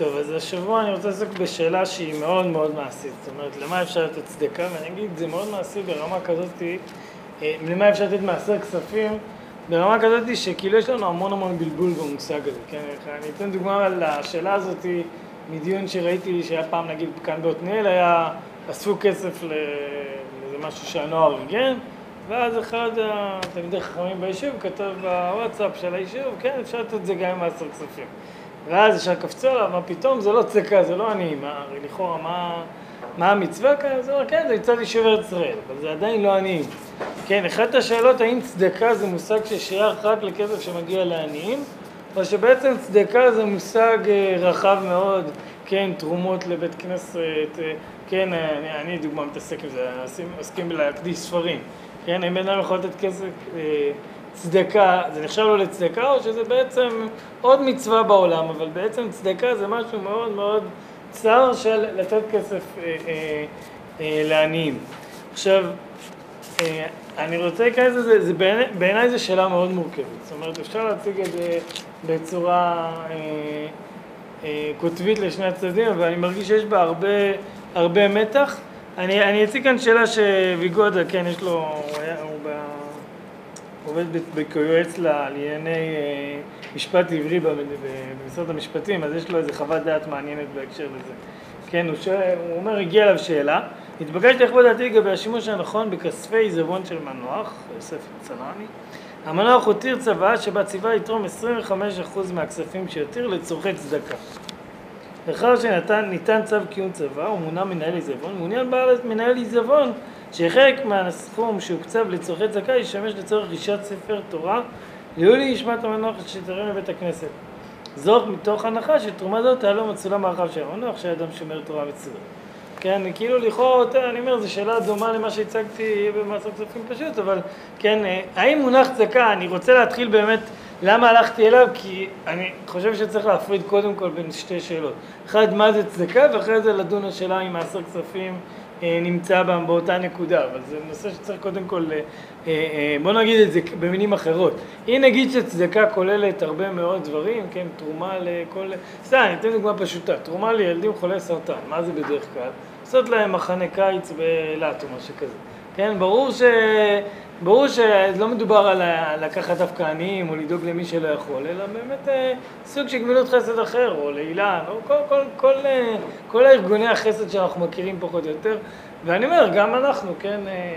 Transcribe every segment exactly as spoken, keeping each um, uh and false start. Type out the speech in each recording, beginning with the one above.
טוב, אז השבוע אני רוצה לעסוק בשאלה שהיא מאוד מאוד מעשית. זאת אומרת, למה אפשר לתת צדקה? ואני אגיד, זה מאוד מעשי ברמה כזאת, למה אפשר לתת מעשר כספים? ברמה כזאת שכאילו יש לנו המון המון בלבול במושג הזה, כן? אני אתן דוגמה על השאלה הזאת מדיון שראיתי שהיה פעם, נגיד, כאן בעתניאל, היה, אספו כסף לאיזה משהו שהנוער ארגן, ואז אחד התלמידי חכמים ביישוב כתב בוואטסאפ של היישוב, כן, אפשר לתת את זה גם עם מעשר כספים. ואז ישר קפצו עליו, מה פתאום? זה לא צדקה, זה לא עניים, לכאורה, מה, מה המצווה כאן? זה אומר, כן, זה יצא לישוב ארץ ישראל, אבל זה עדיין לא עניים. כן, אחת השאלות, האם צדקה זה מושג ששייך רק לכסף שמגיע לעניים, או שבעצם צדקה זה מושג רחב מאוד, כן, תרומות לבית כנסת, כן, אני, אני דוגמה מתעסק עם זה, עוסקים להקדיש ספרים, כן, אם בן אדם יכול לתת כסף, צדקה, זה נחשב לו לצדקה, או שזה בעצם עוד מצווה בעולם, אבל בעצם צדקה זה משהו מאוד מאוד צר של לתת כסף אה, אה, אה, לעניים. עכשיו, אה, אני רוצה להיכנס לזה, זה בעיני, בעיניי זו שאלה מאוד מורכבת. זאת אומרת, אפשר להציג את זה בצורה אה, אה, כותבית לשני הצדדים, אבל אני מרגיש שיש בה הרבה, הרבה מתח. אני, אני אציג כאן שאלה שוויגודה, כן, יש לו, הוא, היה, הוא ב... עובד כיועץ לענייני משפט עברי במשרד המשפטים, אז יש לו איזה חוות דעת מעניינת בהקשר לזה. כן, הוא, שואל, הוא אומר, הגיע אליו שאלה, התבקשתי איך בדעתי לגבי השימוש הנכון בכספי עיזבון של מנוח, יוסף צנעני. המנוח הותיר צוואה שבה ציווה יתרום עשרים וחמישה אחוז מהכספים שיותיר לצורכי צדקה. לאחר שניתן ניתן צו קיום צוואה ומונה מנהל עיזבון, מעוניין בעל מנהל עיזבון שחלק מהסכום שהוקצב לצורכי צדקה ישמש לצורך רכישת ספר תורה לעילוי נשמת המנוח שתרם לבית הכנסת. זאת מתוך הנחה שתרומה זאת תעלה מצולם הרחב של המנוח שאדם שומר תורה מצוות. כן, כאילו לכאורה, אני אומר, זו שאלה דומה למה שהצגתי במעשר כספים פשוט, אבל כן, האם מונח צדקה? אני רוצה להתחיל באמת למה הלכתי אליו, כי אני חושב שצריך להפריד קודם כל בין שתי שאלות. אחד, מה זה צדקה, ואחרי זה לדון השאלה אם מעשר כספים נמצא בה באותה נקודה, אבל זה נושא שצריך קודם כל, בוא נגיד את זה במינים אחרות. אם נגיד שצדקה כוללת הרבה מאוד דברים, כן, תרומה לכל, סתם, אני אתן דוגמה פשוטה, תרומה לילדים חולי סרטן, מה זה בדרך כלל? לעשות להם מחנה קיץ באילת או משהו כזה. כן, ברור ש... ברור שלא מדובר על לקחת דווקא עניים או לדאוג למי שלא יכול, אלא באמת סוג של גמילות חסד אחר, או לאילן, או כל, כל, כל, כל הארגוני החסד שאנחנו מכירים פחות או יותר. ואני אומר, גם אנחנו, כן,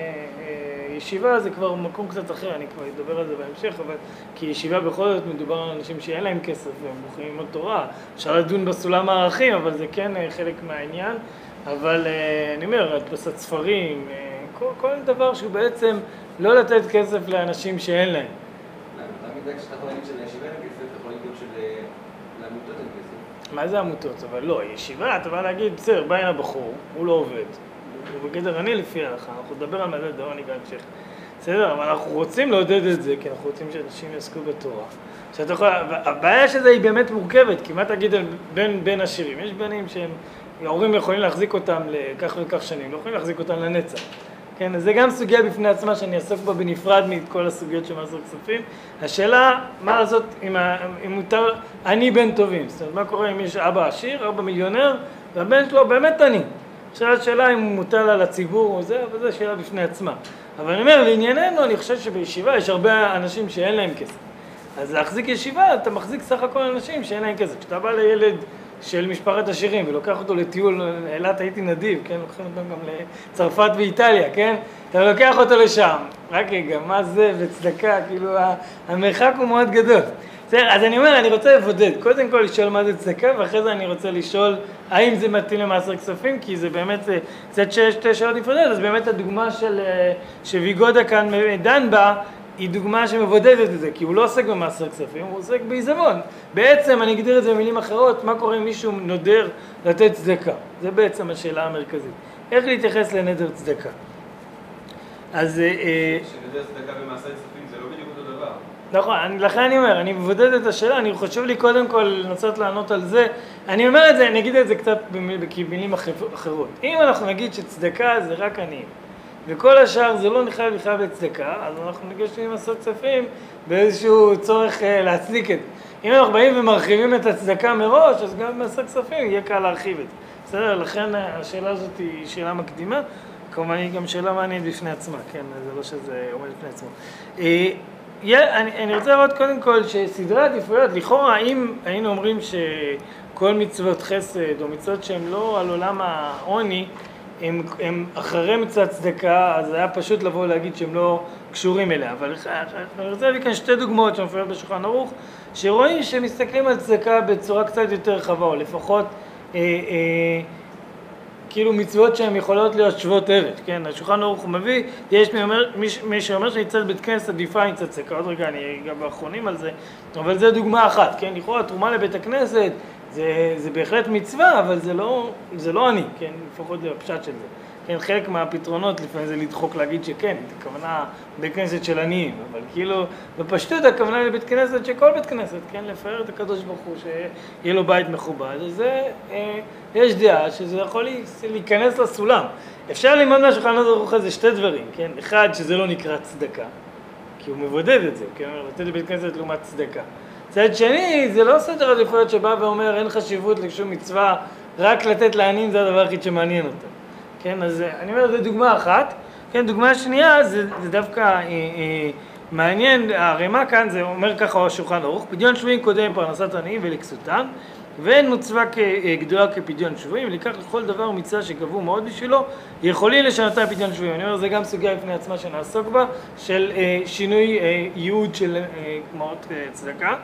ישיבה זה כבר מקום קצת אחר, אני כבר אדבר על זה בהמשך, אבל כי ישיבה בכל זאת מדובר על אנשים שאין להם כסף והם בוחרים ללמוד תורה. אפשר לדון בסולם הערכים, אבל זה כן חלק מהעניין. אבל אני אומר, הדפסת ספרים, כל, כל דבר שהוא בעצם לא לתת כסף לאנשים שאין להם. אתה מתדאג שאתה יכול להגיד שלישיבה אין כסף, אתה יכול להגיד שלעמותות אין כסף. מה זה עמותות? אבל לא, ישיבה, אתה בא להגיד, בסדר, בא הנה בחור, הוא לא עובד. הוא בגדר אני לפי ההלכה, אנחנו נדבר על מדד דבר ניגע המשך. בסדר, אבל אנחנו רוצים לעודד את זה, כי אנחנו רוצים שאנשים יעסקו בתורה. שאתה יכול, הבעיה שזה היא באמת מורכבת, כי מה תגיד על בין, בין עשירים? יש בנים שהם, ההורים יכולים להחזיק אותם לכך וכך שנים, לא יכולים להחזיק אותם לנצח. כן, אז זה גם סוגיה בפני עצמה שאני אעסוק בה בנפרד מכל הסוגיות של מעשר כספים. השאלה, מה לעשות אם, אם מותר, אני בן טובים. זאת אומרת, מה קורה אם יש אבא עשיר, אבא מיליונר, והבן שלו באמת אני. עכשיו השאלה אם הוא מוטל על הציבור או זה, אבל זו שאלה בפני עצמה. אבל אני אומר, לענייננו, אני חושב שבישיבה יש הרבה אנשים שאין להם כסף. אז להחזיק ישיבה, אתה מחזיק סך הכל אנשים שאין להם כסף. כשאתה בא לילד של משפחת עשירים ולוקח אותו לטיול, אילת הייתי נדיב, כן? לוקחים אותם גם לצרפת ואיטליה, כן? אתה לוקח אותו לשם, רק רגע, מה זה וצדקה, כאילו המרחק הוא מאוד גדול. בסדר, אז אני אומר, אני רוצה לבודד, קודם כל לשאול מה זה צדקה, ואחרי זה אני רוצה לשאול האם זה מתאים למעשר כספים, כי זה באמת, קצת שתי שאלות נפרדות, אז באמת הדוגמה של, שוויגודה כאן דן בה, היא דוגמה שמבודדת את זה, כי הוא לא עוסק במעשר כספים, הוא עוסק בעיזבון. בעצם, אני אגדיר את זה במילים אחרות, מה קורה אם מישהו נודר לתת צדקה? זה בעצם השאלה המרכזית. איך להתייחס לנדר צדקה? אז... שנדר צדקה במעשר כספים זה לא בדיוק אותו דבר. נכון, לכן אני אומר, אני מבודד את השאלה, אני חושב לי קודם כל לנסות לענות על זה. אני אומר את זה, אני אגיד את זה קצת במילים אחרות. אם אנחנו נגיד שצדקה זה רק עניים, וכל השאר זה לא נחייב בכלל בצדקה, אז אנחנו ניגשים לעשות כספים באיזשהו צורך להצדיק את זה. אם אנחנו באים ומרחיבים את הצדקה מראש, אז גם במעשר כספים יהיה קל להרחיב את זה. בסדר? לכן השאלה הזאת היא שאלה מקדימה, כמובן היא גם שאלה מעניינת בפני עצמה, כן? זה לא שזה עומד בפני עצמו. אני, אני רוצה לראות קודם כל שסדרי עדיפויות, לכאורה, אם היינו אומרים שכל מצוות חסד או מצוות שהן לא על עולם העוני, הם, הם אחרי מצוות צדקה, אז היה פשוט לבוא ולהגיד שהם לא קשורים אליה. אבל אני רוצה להביא כאן שתי דוגמאות שמופיעות בשולחן ערוך, שרואים שמסתכלים על צדקה בצורה קצת יותר רחבה, או לפחות אה, אה, כאילו מצוות שהן יכולות להיות שוות ערך, כן? השולחן ערוך הוא מביא, יש מי, אומר, מי, מי שאומר שניצת בית כנסת עדיפה ניצת צדקה, עוד רגע אני אגע באחרונים על זה, אבל זה דוגמה אחת, כן? לכאורה תרומה לבית הכנסת זה, זה בהחלט מצווה, אבל זה לא, זה לא אני, כן? לפחות לפשט של זה. כן, חלק מהפתרונות לפעמים זה לדחוק להגיד שכן, זה כוונה בית כנסת של עניים, אבל כאילו בפשטות הכוונה לבית כנסת שכל בית כנסת, כן, לפאר את הקדוש ברוך הוא, שיהיה לו בית מכובד, אז זה, אה, יש דעה שזה יכול להיכנס לסולם. אפשר ללמוד מהשולחן ערוך הזה שתי דברים, כן, אחד שזה לא נקרא צדקה, כי הוא מבודד את זה, כן, לתת לבית כנסת לעומת צדקה. צד שני, זה לא סדר עדיפויות שבא ואומר אין חשיבות לשום מצווה, רק לתת לעניים זה הדבר הכי שמעניין אותם. כן, אז אני אומר, זו דוגמה אחת. כן, דוגמה שנייה, זה, זה דווקא אה, אה, מעניין, הרמה כאן, זה אומר ככה השולחן ערוך, פדיון שבויים קודם פרנסת עניים ולכסותם, ואין מצווה גדולה כפדיון שבויים, ולקח לכל דבר מצווה שגבו מאוד בשבילו, יכולים לשנותה פדיון שבויים. אני אומר, זה גם סוגיה בפני עצמה שנעסוק בה, של אה, שינוי אה, ייעוד של אה, כמות אה, צדקה.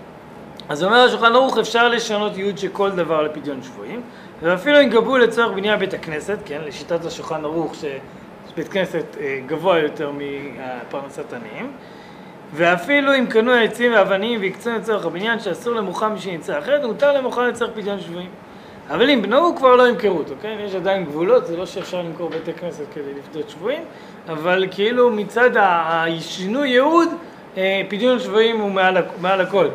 אז אומר השולחן ערוך, אפשר לשנות ייעוד של כל דבר לפדיון שבויים, ואפילו אם גבו לצורך בנייה בית הכנסת, כן, לשיטת השולחן ערוך שבית כנסת גבוה יותר מפרנסת עניים, ואפילו אם קנו העצים והאבנים ויקצו לצורך הבניין שאסור למוכן מי שנמצא אחרת, מותר למוכן לצורך פדיון שבויים. אבל אם בנו כבר לא ימכרו אותו, כן? יש עדיין גבולות, זה לא שאפשר למכור בית כנסת כדי לפדות שבויים, אבל כאילו מצד השינוי ייעוד, פדיון שבויים הוא מעל, מעל הכל.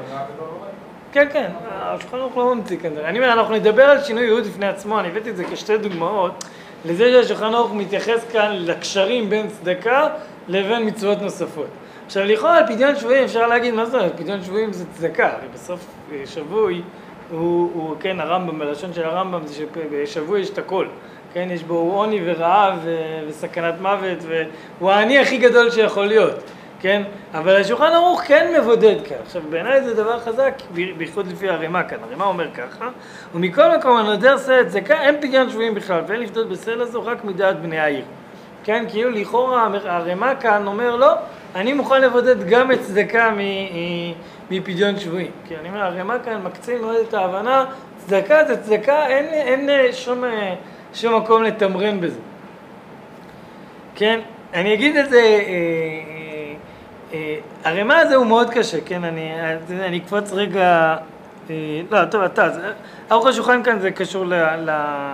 כן, כן, השולחן ערוך לא ממציא כאן. אני אומר, אנחנו נדבר על שינוי ייעוד לפני עצמו, אני הבאתי את זה כשתי דוגמאות, לזה שהשולחן ערוך מתייחס כאן לקשרים בין צדקה לבין מצוות נוספות. עכשיו, לכאורה על פדיון שבויים אפשר להגיד, מה זאת אומרת? פדיון שבויים זה צדקה, הרי בסוף שבוי הוא, הוא, כן, הרמב"ם, בלשון של הרמב"ם זה שבשבוי יש את הכל. כן, יש בו עוני ורעב וסכנת מוות, והוא העני הכי גדול שיכול להיות. כן? אבל השולחן ערוך כן מבודד כאן. עכשיו, בעיניי זה דבר חזק, בייחוד לפי הרמה כאן. הרמה אומר ככה, ומכל מקום הנודר סלע צדקה, אין פדיון שבויים בכלל, ואין לפדות בסלע זו רק מדעת בני העיר. כן? כאילו לכאורה הרמה כאן אומר, לא, אני מוכן לבודד גם את צדקה מפדיון שבויים. כי אני אומר, הרמה כאן מקצין מאוד את ההבנה, צדקה זה צדקה, אין, אין שום, שום מקום לתמרן בזה. כן? אני אגיד את זה, הרמה הזה הוא מאוד קשה, כן, אני, אני אקפוץ רגע, לא, טוב, אתה, ערוך השולחן כאן זה קשור ל, ל,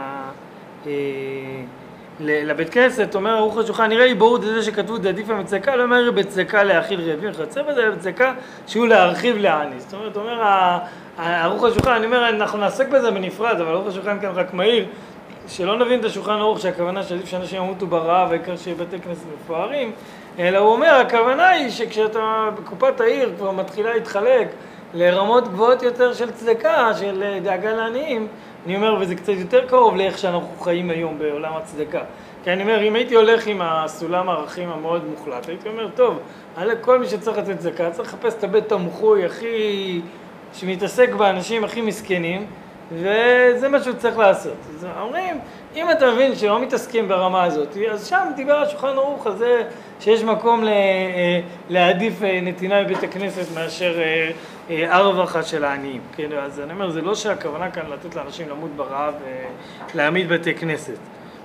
לבית כנסת, אומר ערוך השולחן, נראה לי ברור זה שכתבו דעדיף מצדקה, לא אומר בצדקה להאכיל רעבים וכיוצא בזה, אלא בצדקה שהוא להרחיב לעני. זאת אומרת, אומר ערוך השולחן, אני אומר, אנחנו נעסק בזה בנפרד, אבל ערוך השולחן כאן רק מהיר, שלא נבין את השולחן ערוך שהכוונה שעדיף שאנשים ימותו ברעב העיקר שיהיה בתי כנסת מפוארים, אלא הוא אומר, הכוונה היא שכשאתה בקופת העיר כבר מתחילה להתחלק לרמות גבוהות יותר של צדקה, של דאגה לעניים, אני אומר, וזה קצת יותר קרוב לאיך שאנחנו חיים היום בעולם הצדקה. כי אני אומר, אם הייתי הולך עם הסולם הערכים המאוד מוחלט, הייתי אומר, טוב, כל מי שצריך לתת צדקה, צריך לחפש את הבית המוחוי הכי, שמתעסק באנשים הכי מסכנים, וזה מה שהוא צריך לעשות. אז אומרים, אם אתה מבין שלא מתעסקים ברמה הזאת, אז שם דיבר השולחן ערוך הזה שיש מקום להעדיף נתינה בבית הכנסת מאשר הרווחה של העניים. כן? אז אני אומר, זה לא שהכוונה כאן לתת לאנשים למות ברעב ולהעמיד בתי כנסת.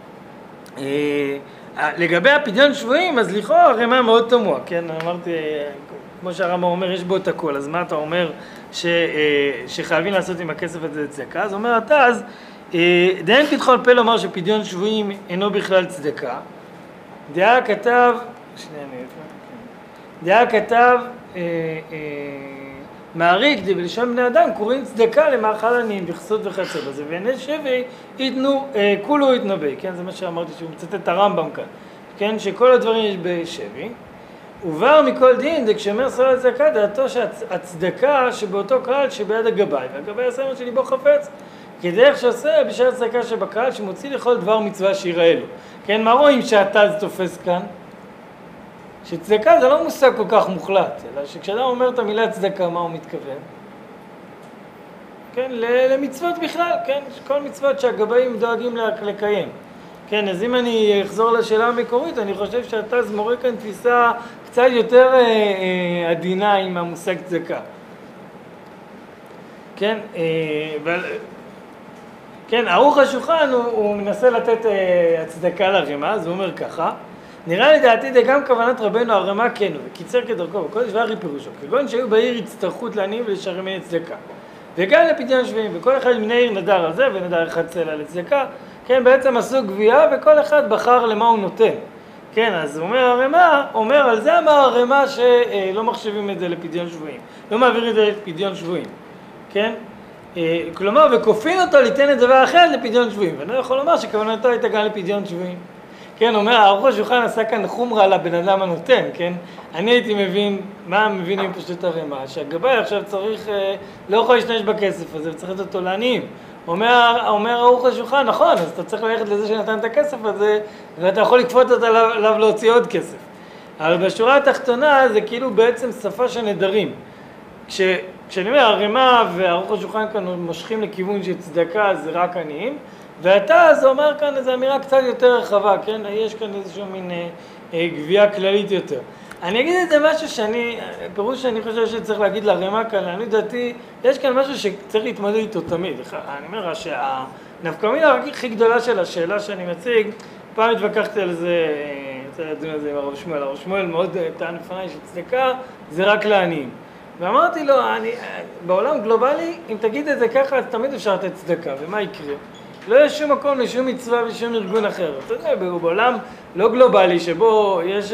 לגבי הפדיון שבויים, אז לכאורה הרמה מאוד תמוה, כן? אמרתי, כמו שהרמב"ם אומר, יש בו את הכל, אז מה אתה אומר ש, שחייבים לעשות עם הכסף הזה צדקה? אז אומר אתה, אז דיין פתחון פה לומר שפדיון שבויים אינו בכלל צדקה. דעה כתב, שנייה מאיפה, דעה כתב, אה, אה, מעריק די בלשון בני אדם קוראים צדקה למאכל עניים בכסות וכיוצא בזה, והנה שבי יתנו, אה, כולו יתנו בי, כן? זה מה שאמרתי שהוא מצטט את הרמב"ם כאן. כן, שכל הדברים יש בשבי, ובר מכל דין, זה כשאומר סולל צדקה, דעתו שהצדקה שבאותו קהל שביד הגבאי, והגבאי עשה מה שליבו חפץ, כדרך שעושה בשעת צדקה שבקהל שמוציא לכל דבר מצווה שיראה לו. כן, מה רואים שהתז תופס כאן? שצדקה זה לא מושג כל כך מוחלט, אלא שכשאדם אומר את המילה צדקה, מה הוא מתכוון? כן, למצוות בכלל, כן, כל מצוות שהגבאים דואגים לקיים. כן, אז אם אני אחזור לשאלה המקורית, אני חושב שהתז מורה כאן תפיסה קצת יותר אה, אה, עדינה עם המושג צדקה. כן, אה, אבל... כן, ערוך השולחן הוא, הוא מנסה לתת אה, הצדקה לרמז, הוא אומר ככה, נראה לדעתי זה גם כוונת רבנו הרמ"א כן הוא, וקיצר כדרכו בקודש והרי פירושו, כגון שהיו בעיר הצטרכות לעניים ולשערי מיני צדקה, וגם לפדיון שבויים, וכל אחד מן העיר נדר על זה ונדר אחד צלע לצדקה, כן, בעצם עשו גבייה וכל אחד בחר למה הוא נותן. כן, אז הוא אומר הרמ"א, אומר על זה אמר הרמ"א שלא מחשבים את זה לפדיון שבויים, לא מעבירים את זה לפדיון שבויים, כן? כלומר, וכופין אותו ליתן את דבר אחר לפדיון שבויים, ואני יכול לומר שכוונתו הייתה גם לפדיון שבויים. כן, אומר, ערוך השולחן עשה כאן חומרה לבן אדם הנותן, כן? אני הייתי מבין, מה מבינים פשוט הרמ"א? שהגבאי עכשיו צריך, לא יכול להשתמש בכסף הזה, וצריך לתת אותו לעניים. אומר, אומר ערוך השולחן, נכון, אז אתה צריך ללכת לזה שנתן את הכסף הזה, ואתה יכול לקפוט אותה עליו להוציא עוד כסף. אבל בשורה התחתונה זה כאילו בעצם שפה של נדרים. כש, כשאני אומר, הרמ"א וערוך השולחן כאן מושכים לכיוון שצדקה זה רק עניים, ואתה זה אומר כאן איזו אמירה קצת יותר רחבה, כן? יש כאן איזשהו מין אה, אה, גבייה כללית יותר. אני אגיד את זה משהו שאני, פירוש שאני חושב שצריך להגיד לרמ"א כאן, אני דעתי, יש כאן משהו שצריך להתמודד איתו תמיד. אני אומר שהנפקא מינה הכי גדולה של השאלה שאני מציג, פעם התווכחתי על זה, רוצה לדון על זה עם הרב שמואל, הרב שמואל מאוד טען לפניי שצדקה זה רק לעניים. ואמרתי לו, אני, בעולם גלובלי, אם תגיד את זה ככה, אז תמיד אפשר לתת צדקה, ומה יקרה? לא יש שום מקום לשום מצווה ושום ארגון אחר. אתה יודע, בעולם לא גלובלי שבו יש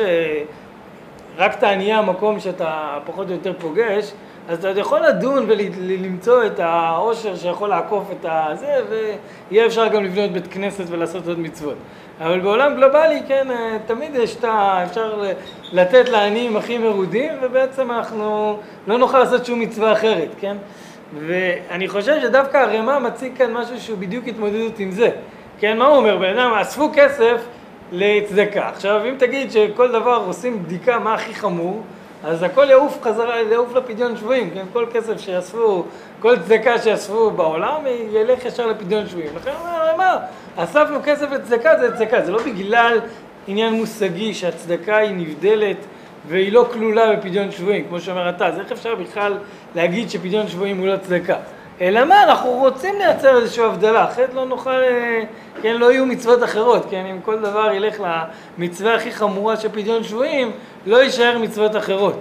רק את הענייה המקום שאתה פחות או יותר פוגש, אז אתה יכול לדון ולמצוא את העושר שיכול לעקוף את הזה, ויהיה אפשר גם לבנות בית כנסת ולעשות עוד מצוות. אבל בעולם גלובלי, כן, תמיד יש את ה... אפשר לתת לעניים הכי מרודים, ובעצם אנחנו לא נוכל לעשות שום מצווה אחרת, כן? ואני חושב שדווקא הרמ"א מציג כאן משהו שהוא בדיוק התמודדות עם זה. כן, מה הוא אומר? בן אדם, אספו כסף לצדקה. עכשיו, אם תגיד שכל דבר עושים בדיקה מה הכי חמור, אז הכל יעוף חזרה, יעוף לפדיון שבויים, כן? כל כסף שיאספו, כל צדקה שיאספו בעולם, ילך ישר לפדיון שבויים. לכן הוא אומר, הרמ"א, אספנו כסף לצדקה, זה צדקה. זה לא בגלל עניין מושגי שהצדקה היא נבדלת והיא לא כלולה בפדיון שבויים, כמו שאומר אתה. אז איך אפשר בכלל להגיד שפדיון שבויים הוא לא צדקה? אלא מה, אנחנו רוצים לייצר איזושהי הבדלה, אחרת לא נוכל, כן, לא יהיו מצוות אחרות, כן, אם כל דבר ילך למצווה הכי חמורה של פדיון שבויים, לא יישאר מצוות אחרות.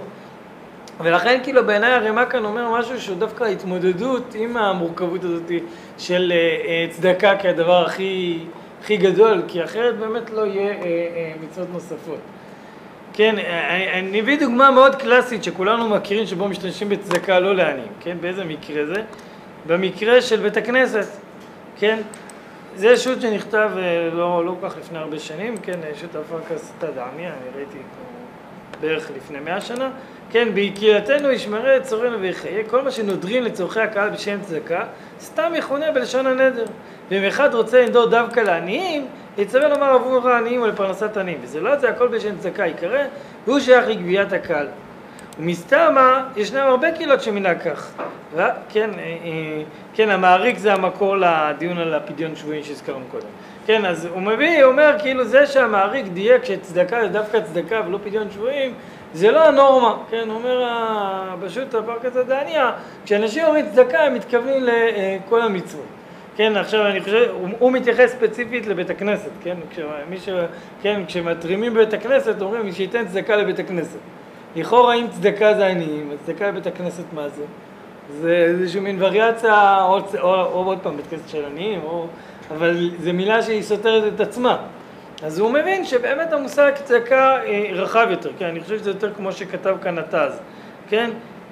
ולכן כאילו בעיניי הרמ"א כאן אומר משהו שהוא דווקא התמודדות עם המורכבות הזאת של צדקה כהדבר הכי, הכי גדול, כי אחרת באמת לא יהיה מצוות נוספות. כן, אני אביא דוגמה מאוד קלאסית שכולנו מכירים שבו משתמשים בצדקה לא לעניים, כן, באיזה מקרה זה? במקרה של בית הכנסת, כן, זה שו"ת שנכתב לא, לא כך לפני הרבה שנים, כן, שו"ת הפרקס תדעמי, אני ראיתי בערך לפני מאה שנה, כן, בקהילתנו ישמרה את צורנו ויחיה, כל מה שנודרים לצורכי הקהל בשם צדקה, סתם יכונה בלשון הנדר. ואם אחד רוצה לנדור דווקא לעניים, יצווה לומר עבור העניים או לפרנסת עניים, וזה לא זה הכל בשם צדקה יקרא, והוא שייך לגביית הקהל. ומסתמה, ישנם הרבה קהילות שמנהג כך. כן, כן, המעריק זה המקור לדיון על הפדיון שבויים שהזכרנו קודם. כן, אז הוא מביא, הוא אומר, כאילו זה שהמעריק דייק שצדקה זה דווקא צדקה ולא פדיון שבויים, זה לא הנורמה. כן, הוא אומר, פשוט הפרקס הדעניה, כשאנשים אומרים צדקה, הם מתכוונים לכל המצוות. כן, עכשיו אני חושב, הוא, הוא מתייחס ספציפית לבית הכנסת, כן? כשמי ש... כן, כשמתרימים בבית הכנסת, אומרים, מי שייתן צדקה לבית הכנסת. לכאורה אם צדקה זה עניים, אז צדקה לבית הכנסת מה זה? זה איזושהי מין וריאציה, או, או, או עוד פעם בית כנסת של עניים, או... אבל זו מילה שהיא סותרת את עצמה. אז הוא מבין שבאמת המושג צדקה אה, רחב יותר, כן? אני חושב שזה יותר כמו שכתב כאן התז, כן?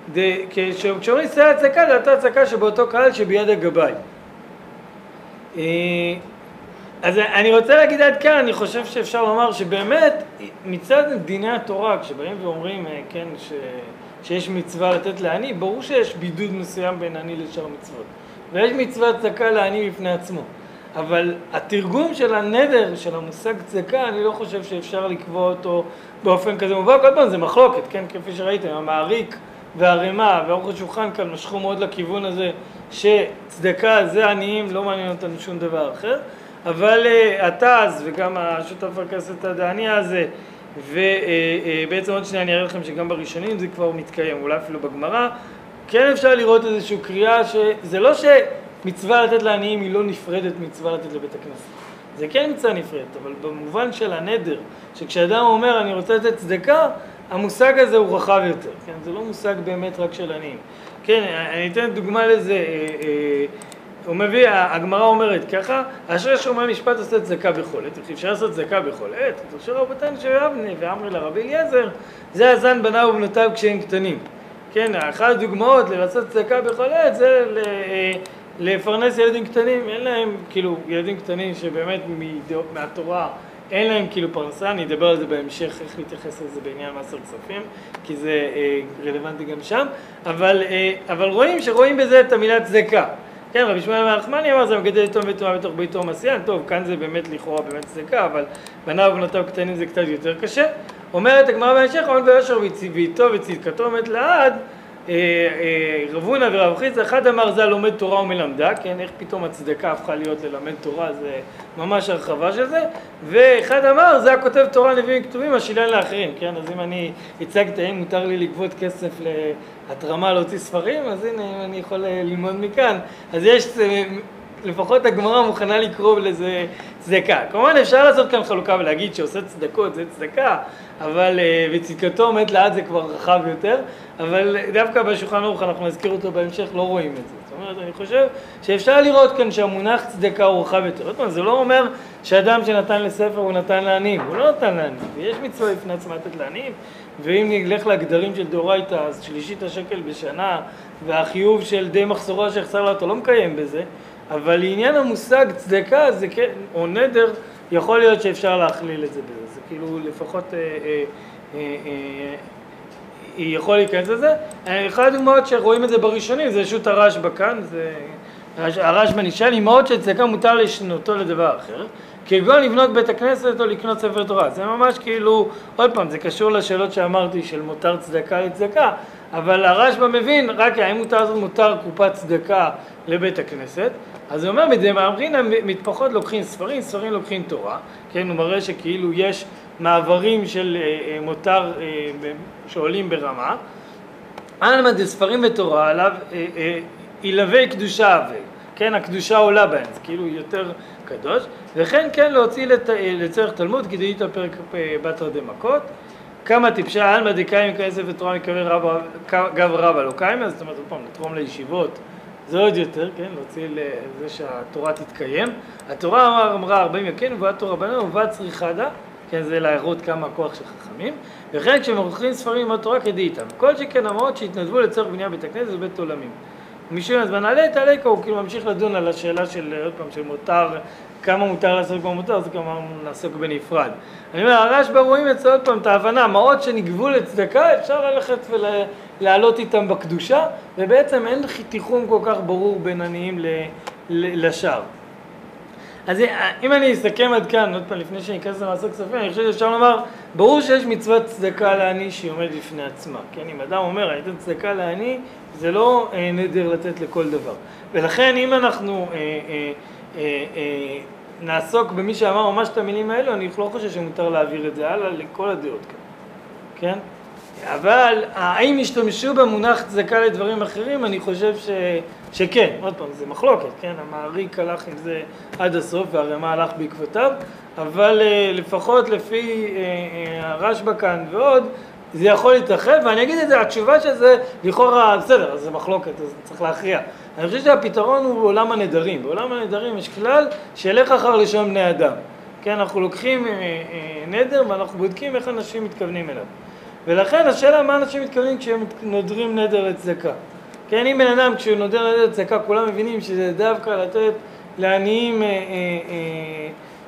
כשאומרים סייעת צדקה, זה אותה צדקה שבאותו קהל שביד הגבאי. אז אני רוצה להגיד עד כאן, אני חושב שאפשר לומר שבאמת מצד דיני התורה, כשבאים ואומרים, כן, ש... שיש מצווה לתת לעני, ברור שיש בידוד מסוים בין עני לשאר מצוות. ויש מצוות צדקה לעני בפני עצמו. אבל התרגום של הנדר, של המושג צדקה, אני לא חושב שאפשר לקבוע אותו באופן כזה מובהק. כל פעם זה מחלוקת, כן, כפי שראיתם, המעריק והרמה ואורך השולחן כאן משכו מאוד לכיוון הזה שצדקה זה עניים, לא מעניין אותנו שום דבר אחר. אבל אתה אז, וגם השותף הכנסת הדעני הזה, ובעצם עוד שנייה אני אראה לכם שגם בראשונים זה כבר מתקיים, אולי אפילו בגמרא, כן אפשר לראות איזושהי קריאה שזה לא שמצווה לתת לעניים היא לא נפרדת מצווה לתת לבית הכנסת. זה כן מצווה נפרדת, אבל במובן של הנדר, שכשאדם אומר אני רוצה לתת צדקה, המושג הזה הוא רחב יותר, כן? זה לא מושג באמת רק של עניים. כן, אני אתן דוגמה לזה, הוא מביא, הגמרא אומרת ככה, אשרי שומע משפט עושה צדקה בכל עת, וכי אפשר לעשות צדקה בכל עת, אשר רבותינו של אבני ואמרי לרבי אליעזר, זה הזן בניו ובנותיו כשהם קטנים. כן, אחת הדוגמאות לעשות צדקה בכל עת זה לפרנס ילדים קטנים, אין להם כאילו ילדים קטנים שבאמת מהתורה אין להם כאילו פרנסה, אני אדבר על זה בהמשך איך להתייחס לזה בעניין מעשר כספים, כי זה רלוונטי גם שם, אבל, אבל רואים שרואים בזה את המילה צדקה. כן, רבי שמואל מהרחמני אמר, זה מגדל יתום וטומאה בתוך ביתו ומסיין, טוב, כאן זה באמת לכאורה באמת צדקה, אבל בניו ובנותיו קטנים זה קצת יותר קשה. אומרת הגמרא בהמשך, הון ויושר ואיתו וצדקתו מת לעד, רב הונא ורב חיסדא, אחד אמר זה לומד תורה ומלמדה, כן, איך פתאום הצדקה הפכה להיות ללמד תורה, זה ממש הרחבה של זה, ואחד אמר זה הכותב תורה נביאים כתובים השילן לאחרים, כן, אז אם אני הצגתי האם מותר לי לגבות כסף להתרמה להוציא ספרים, אז הנה אני יכול ללמוד מכאן, אז יש לפחות הגמרא מוכנה לקרוא לזה צדקה. כמובן אפשר לעשות כאן חלוקה ולהגיד שעושה צדקות זה צדקה, אבל וצדקתו מת לעד זה כבר רחב יותר, אבל דווקא בשולחן ערוך אנחנו נזכיר אותו בהמשך, לא רואים את זה. זאת אומרת, אני חושב שאפשר לראות כאן שהמונח צדקה הוא רחב יותר. זאת אומרת, זה לא אומר שאדם שנתן לספר הוא נתן לעניים, הוא לא נתן לעניים. יש מצווה לפני עצמה לתת לעניים, ואם נלך להגדרים של דאורייתא, אז שלישית השקל בשנה, והחיוב של די מחסורו שיחסר לו, אתה לא מקיים בזה. אבל לעניין המושג צדקה, זה כן, או נדר, יכול להיות שאפשר להכליל את זה בזה. זה כאילו לפחות אה, אה, אה, אה, יכול להיכנס לזה. אחד הדוגמאות שרואים את זה בראשונים, זה שו"ת הרשב"א כאן, זה הרשב"א נשאל, אמהות של צדקה מותר לשנותו לדבר אחר, כגון לבנות בית הכנסת או לקנות ספר תורה. זה ממש כאילו, עוד פעם, זה קשור לשאלות שאמרתי של מותר צדקה לצדקה, אבל הרשב"א מבין, רק האם מותר זאת מותר קופת צדקה לבית הכנסת, אז הוא אומר, מדי מאמרינא מטפחות לוקחים ספרים, ספרים לוקחים תורה, כן, הוא מראה שכאילו יש מעברים של אה, מותר אה, שעולים ברמה, עלמא דספרים ותורה עליו אה, אה, ילווה קדושה הווה, כן, הקדושה עולה בהן, זה כאילו יותר קדוש, וכן כן להוציא לת... לצורך תלמוד, כדי להתפרק בתרא דמכות, כמה טיפשה עלמא דקיים כסף ותורה מקווה גב רבא לא קיימא, זאת אומרת, פעם, לתרום לישיבות, זה עוד יותר, כן, להוציא לזה שהתורה תתקיים. התורה אמרה ארבעים יקינו, ובאת תורה בנו, ובאת צריכה דה, כן, זה להראות כמה הכוח של חכמים, וכן כשמוכרים ספרים מהתורה כדי איתם. כל שכן אמרות שהתנדבו לצורך בנייה בית הכנסת זה בית עולמים. משום הזמן עלה את הליקה, הוא כאילו ממשיך לדון על השאלה של, עוד פעם, של מותר, כמה מותר לעסוק במותר, זה כמה נעסוק בנפרד. אני אומר, הרשב"א רואים את זה עוד פעם, את ההבנה, מעות שנגבו לצדקה, אפשר ללכת ולהעלות איתם בקדושה, ובעצם אין תיחום כל כך ברור בין עניים לשאר. אז אם אני אסכם עד כאן, עוד פעם, לפני שאני אכנס למעשר כספים, אני חושב שאפשר לומר, ברור שיש מצוות צדקה לעני שהיא עומדת בפני עצמה. כן, אם אדם אומר, אני אתן צדקה לעני, זה לא אה, נדר לתת לכל דבר. ולכן, אם אנחנו אה, אה, אה, אה, נעסוק במי שאמר ממש את המילים האלו, אני לא חושב שמותר להעביר את זה הלאה לכל הדעות כאן. כן? אבל האם השתמשו במונח צדקה לדברים אחרים? אני חושב ש... שכן, עוד פעם, זה מחלוקת, כן? המעריק הלך עם זה עד הסוף והרמ"א הלך בעקבותיו, אבל לפחות לפי הרשב"א כאן ועוד, זה יכול להתרחב, ואני אגיד את זה, התשובה שזה לכאורה, בסדר, אז זה מחלוקת, אז צריך להכריע. אני חושב שהפתרון הוא בעולם הנדרים. בעולם הנדרים יש כלל שילך אחר לשון בני אדם. כן, אנחנו לוקחים נדר ואנחנו בודקים איך אנשים מתכוונים אליו. ולכן השאלה מה אנשים מתכוונים כשהם נודרים נדר לצדקה. כן, אם בן אדם כשהוא נודר נדר לצדקה, כולם מבינים שזה דווקא לתת לעניים אה, אה,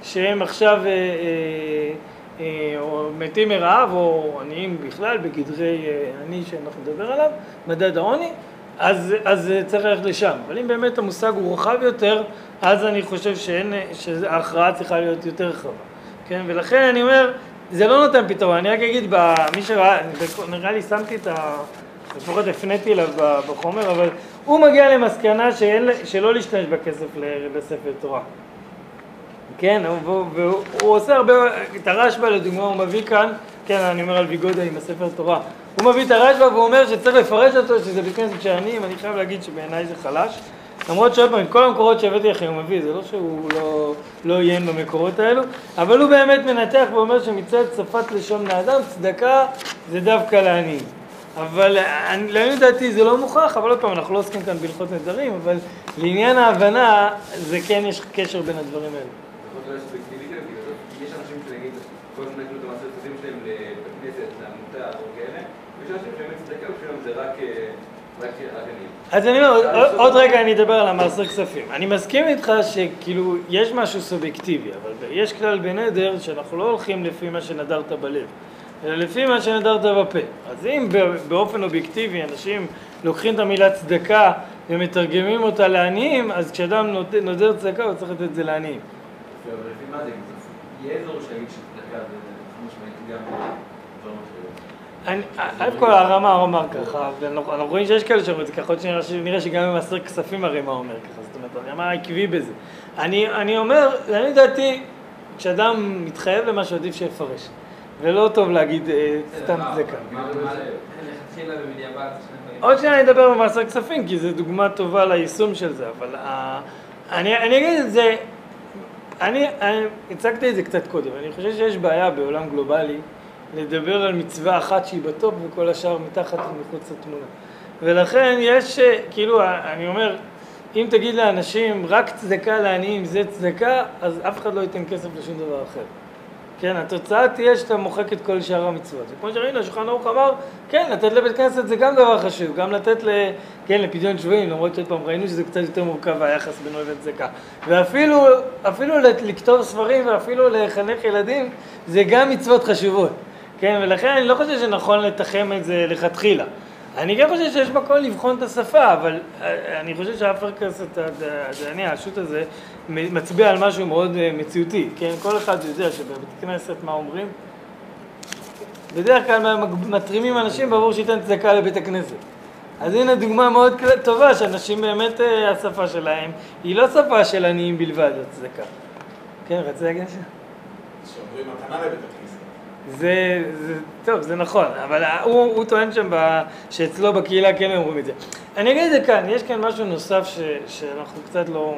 שהם עכשיו אה, אה, אה, או מתים מרעב או עניים בכלל בגדרי אה, עני שאנחנו נדבר עליו, מדד העוני, אז, אז צריך ללכת לשם. אבל אם באמת המושג הוא רחב יותר, אז אני חושב שאין, שההכרעה צריכה להיות יותר רחבה. כן? ולכן אני אומר, זה לא נותן פתרון. אני רק אגיד, מי שראה, נראה לי שמתי את ה... לפחות הפניתי אליו בחומר, אבל הוא מגיע למסקנה שאין, שלא להשתמש בכסף לספר תורה. כן, והוא, והוא, הוא עושה הרבה, את הרשב"א לדוגמה הוא מביא כאן, כן, אני אומר על ויגודה עם הספר תורה, הוא מביא את הרשב"א והוא אומר שצריך לפרש אותו, שזה בית כנסת של עניים, אני חייב להגיד שבעיניי זה חלש, למרות שעוד פעם, את כל המקורות שהבאתי לכם הוא מביא, זה לא שהוא לא, לא עיין במקורות האלו, אבל הוא באמת מנתח ואומר שמצד שפת לשון בני אדם, צדקה זה דווקא לעניים. אבל לעניות דעתי זה לא מוכח, אבל עוד פעם, אנחנו לא עוסקים כאן בהלכות נדרים, אבל לעניין ההבנה, זה כן יש קשר בין הדברים האלה. זה לא ספקטיבי כאלה, כי יש אנשים שנגיד, כל הזמן נקנו את המעשרת כספים שלהם בכנסת, לעמותה או כאלה, ויש אנשים שבאמת צדקה, ושלום זה רק עניים. אז אני אומר, עוד רגע אני אדבר על המעשר כספים. אני מסכים איתך שכאילו, יש משהו סובייקטיבי, אבל יש כלל בנדר שאנחנו לא הולכים לפי מה שנדרת בלב. אלא לפי מה שנדרת בפה. אז אם באופן אובייקטיבי אנשים לוקחים את המילה צדקה ומתרגמים אותה לעניים, אז כשאדם נודר צדקה הוא צריך לתת את זה לעניים. אבל לפי מה זה? יהיה אזור שיגיד שצדקה זה משמעית גם דברים אחרים. אף כל הרמה אומר ככה, ואנחנו רואים שיש כאלה שאומרים את זה ככה, עוד שנראה שגם במעשר כספים הרמה אומר ככה, זאת אומרת, הרמה עקבי בזה. אני אומר, אני דעתי, כשאדם מתחייב למשהו עדיף שיפרש. ולא טוב להגיד סתם צדקה. עוד שניה אני אדבר במעשר כספים, כי זו דוגמה טובה ליישום של זה, אבל אני אגיד את זה, אני הצגתי את זה קצת קודם, אני חושב שיש בעיה בעולם גלובלי לדבר על מצווה אחת שהיא בטופ וכל השאר מתחת ומחוץ לתמונה. ולכן יש, כאילו, אני אומר, אם תגיד לאנשים רק צדקה לעניים זה צדקה, אז אף אחד לא ייתן כסף לשום דבר אחר. כן, התוצאה תהיה שאתה מוחק את כל שאר המצוות. וכמו שראינו, השולחן ערוך אמר, כן, לתת לבית כנסת זה גם דבר חשוב, גם לתת ל... כן, לפדיון שבויים, למרות שעוד פעם ראינו שזה קצת יותר מורכב היחס בינו לבין צדקה. ואפילו אפילו לכתוב ספרים ואפילו לחנך ילדים, זה גם מצוות חשובות. כן, ולכן אני לא חושב שנכון לתחם את זה לכתחילה. אני גם חושב שיש מקום לבחון את השפה, אבל אני חושב שהאפר כנסת, הדעני, השו"ת הזה, מצביע על משהו מאוד מציאותי, כן? כל אחד יודע שבבית כנסת מה אומרים? בדרך כלל מטרימים אנשים בעבור שייתן צדקה לבית הכנסת. אז הנה דוגמה מאוד טובה, שאנשים באמת, השפה שלהם היא לא שפה של עניים בלבד, הצדקה. כן, רצה להגיד שם? שאומרים מתנה לבית הכנסת. זה, זה, טוב, זה נכון, אבל הוא, הוא טוען שם ב, שאצלו בקהילה כן אומרים את זה. אני אגיד את זה כאן, יש כאן משהו נוסף ש, שאנחנו קצת לא,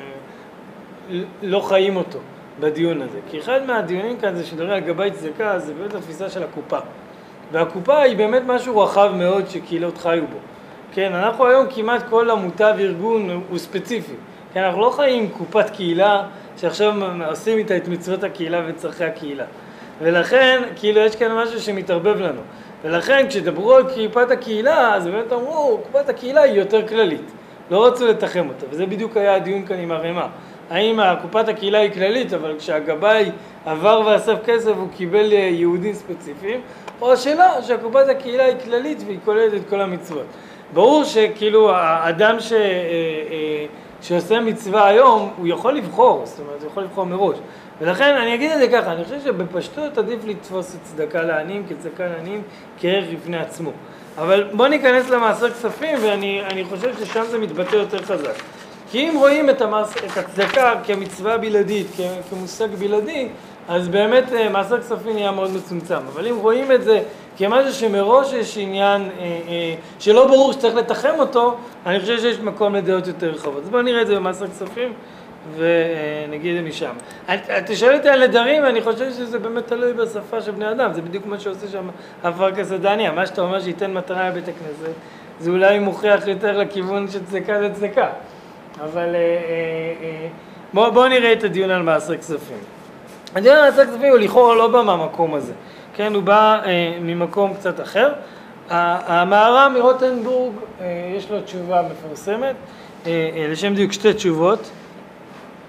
לא חיים אותו בדיון הזה. כי אחד מהדיונים כאן זה שדברים על גבי צדקה, זה באמת התפיסה של הקופה. והקופה היא באמת משהו רחב מאוד שקהילות חיו בו. כן, אנחנו היום כמעט כל עמותה וארגון הוא ספציפי. כן, אנחנו לא חיים קופת קהילה שעכשיו עושים איתה את מצוות הקהילה וצרכי הקהילה. ולכן, כאילו, יש כאן משהו שמתערבב לנו. ולכן, כשדברו על קופת הקהילה, אז באמת אמרו, קופת הקהילה היא יותר כללית. לא רצו לתחם אותה, וזה בדיוק היה הדיון כאן עם הרמה. האם קופת הקהילה היא כללית, אבל כשהגבאי עבר ואסף כסף, הוא קיבל יהודים ספציפיים, או שלא, שהקופת הקהילה היא כללית והיא כוללת את כל המצוות. ברור שכאילו, האדם ש... שעושה מצווה היום, הוא יכול לבחור, זאת אומרת, הוא יכול לבחור מראש. ולכן אני אגיד את זה ככה, אני חושב שבפשטות עדיף לתפוס את צדקה לעניים כצדקה לעניים כערך בפני עצמו. אבל בוא ניכנס למעשר כספים, ואני אני חושב ששם זה מתבטא יותר חזק. כי אם רואים את, המעש, את הצדקה כמצווה בלעדית, כ, כמושג בלעדי, אז באמת מעשר כספים נהיה מאוד מצומצם. אבל אם רואים את זה כמשהו שמראש יש עניין אה, אה, שלא ברור שצריך לתחם אותו, אני חושב שיש מקום לדעות יותר רחבות. אז בואו נראה את זה במעשר כספים. ונגיד משם. אתה שואל אותי על נדרים, ואני חושב שזה באמת תלוי בשפה של בני אדם, זה בדיוק מה שעושה שם אפר כסף דעני. מה שאתה אומר שייתן מתנה לבית הכנסת, זה אולי מוכיח יותר לכיוון שצדקה זה צדקה. אבל בואו בוא נראה את הדיון על מעשר כספים. הדיון על מעשר כספים הוא לכאורה לא בא מהמקום הזה, כן, הוא בא ממקום קצת אחר. המהר"ם מרוטנבורג, יש לו תשובה מפורסמת, לשם דיוק שתי תשובות.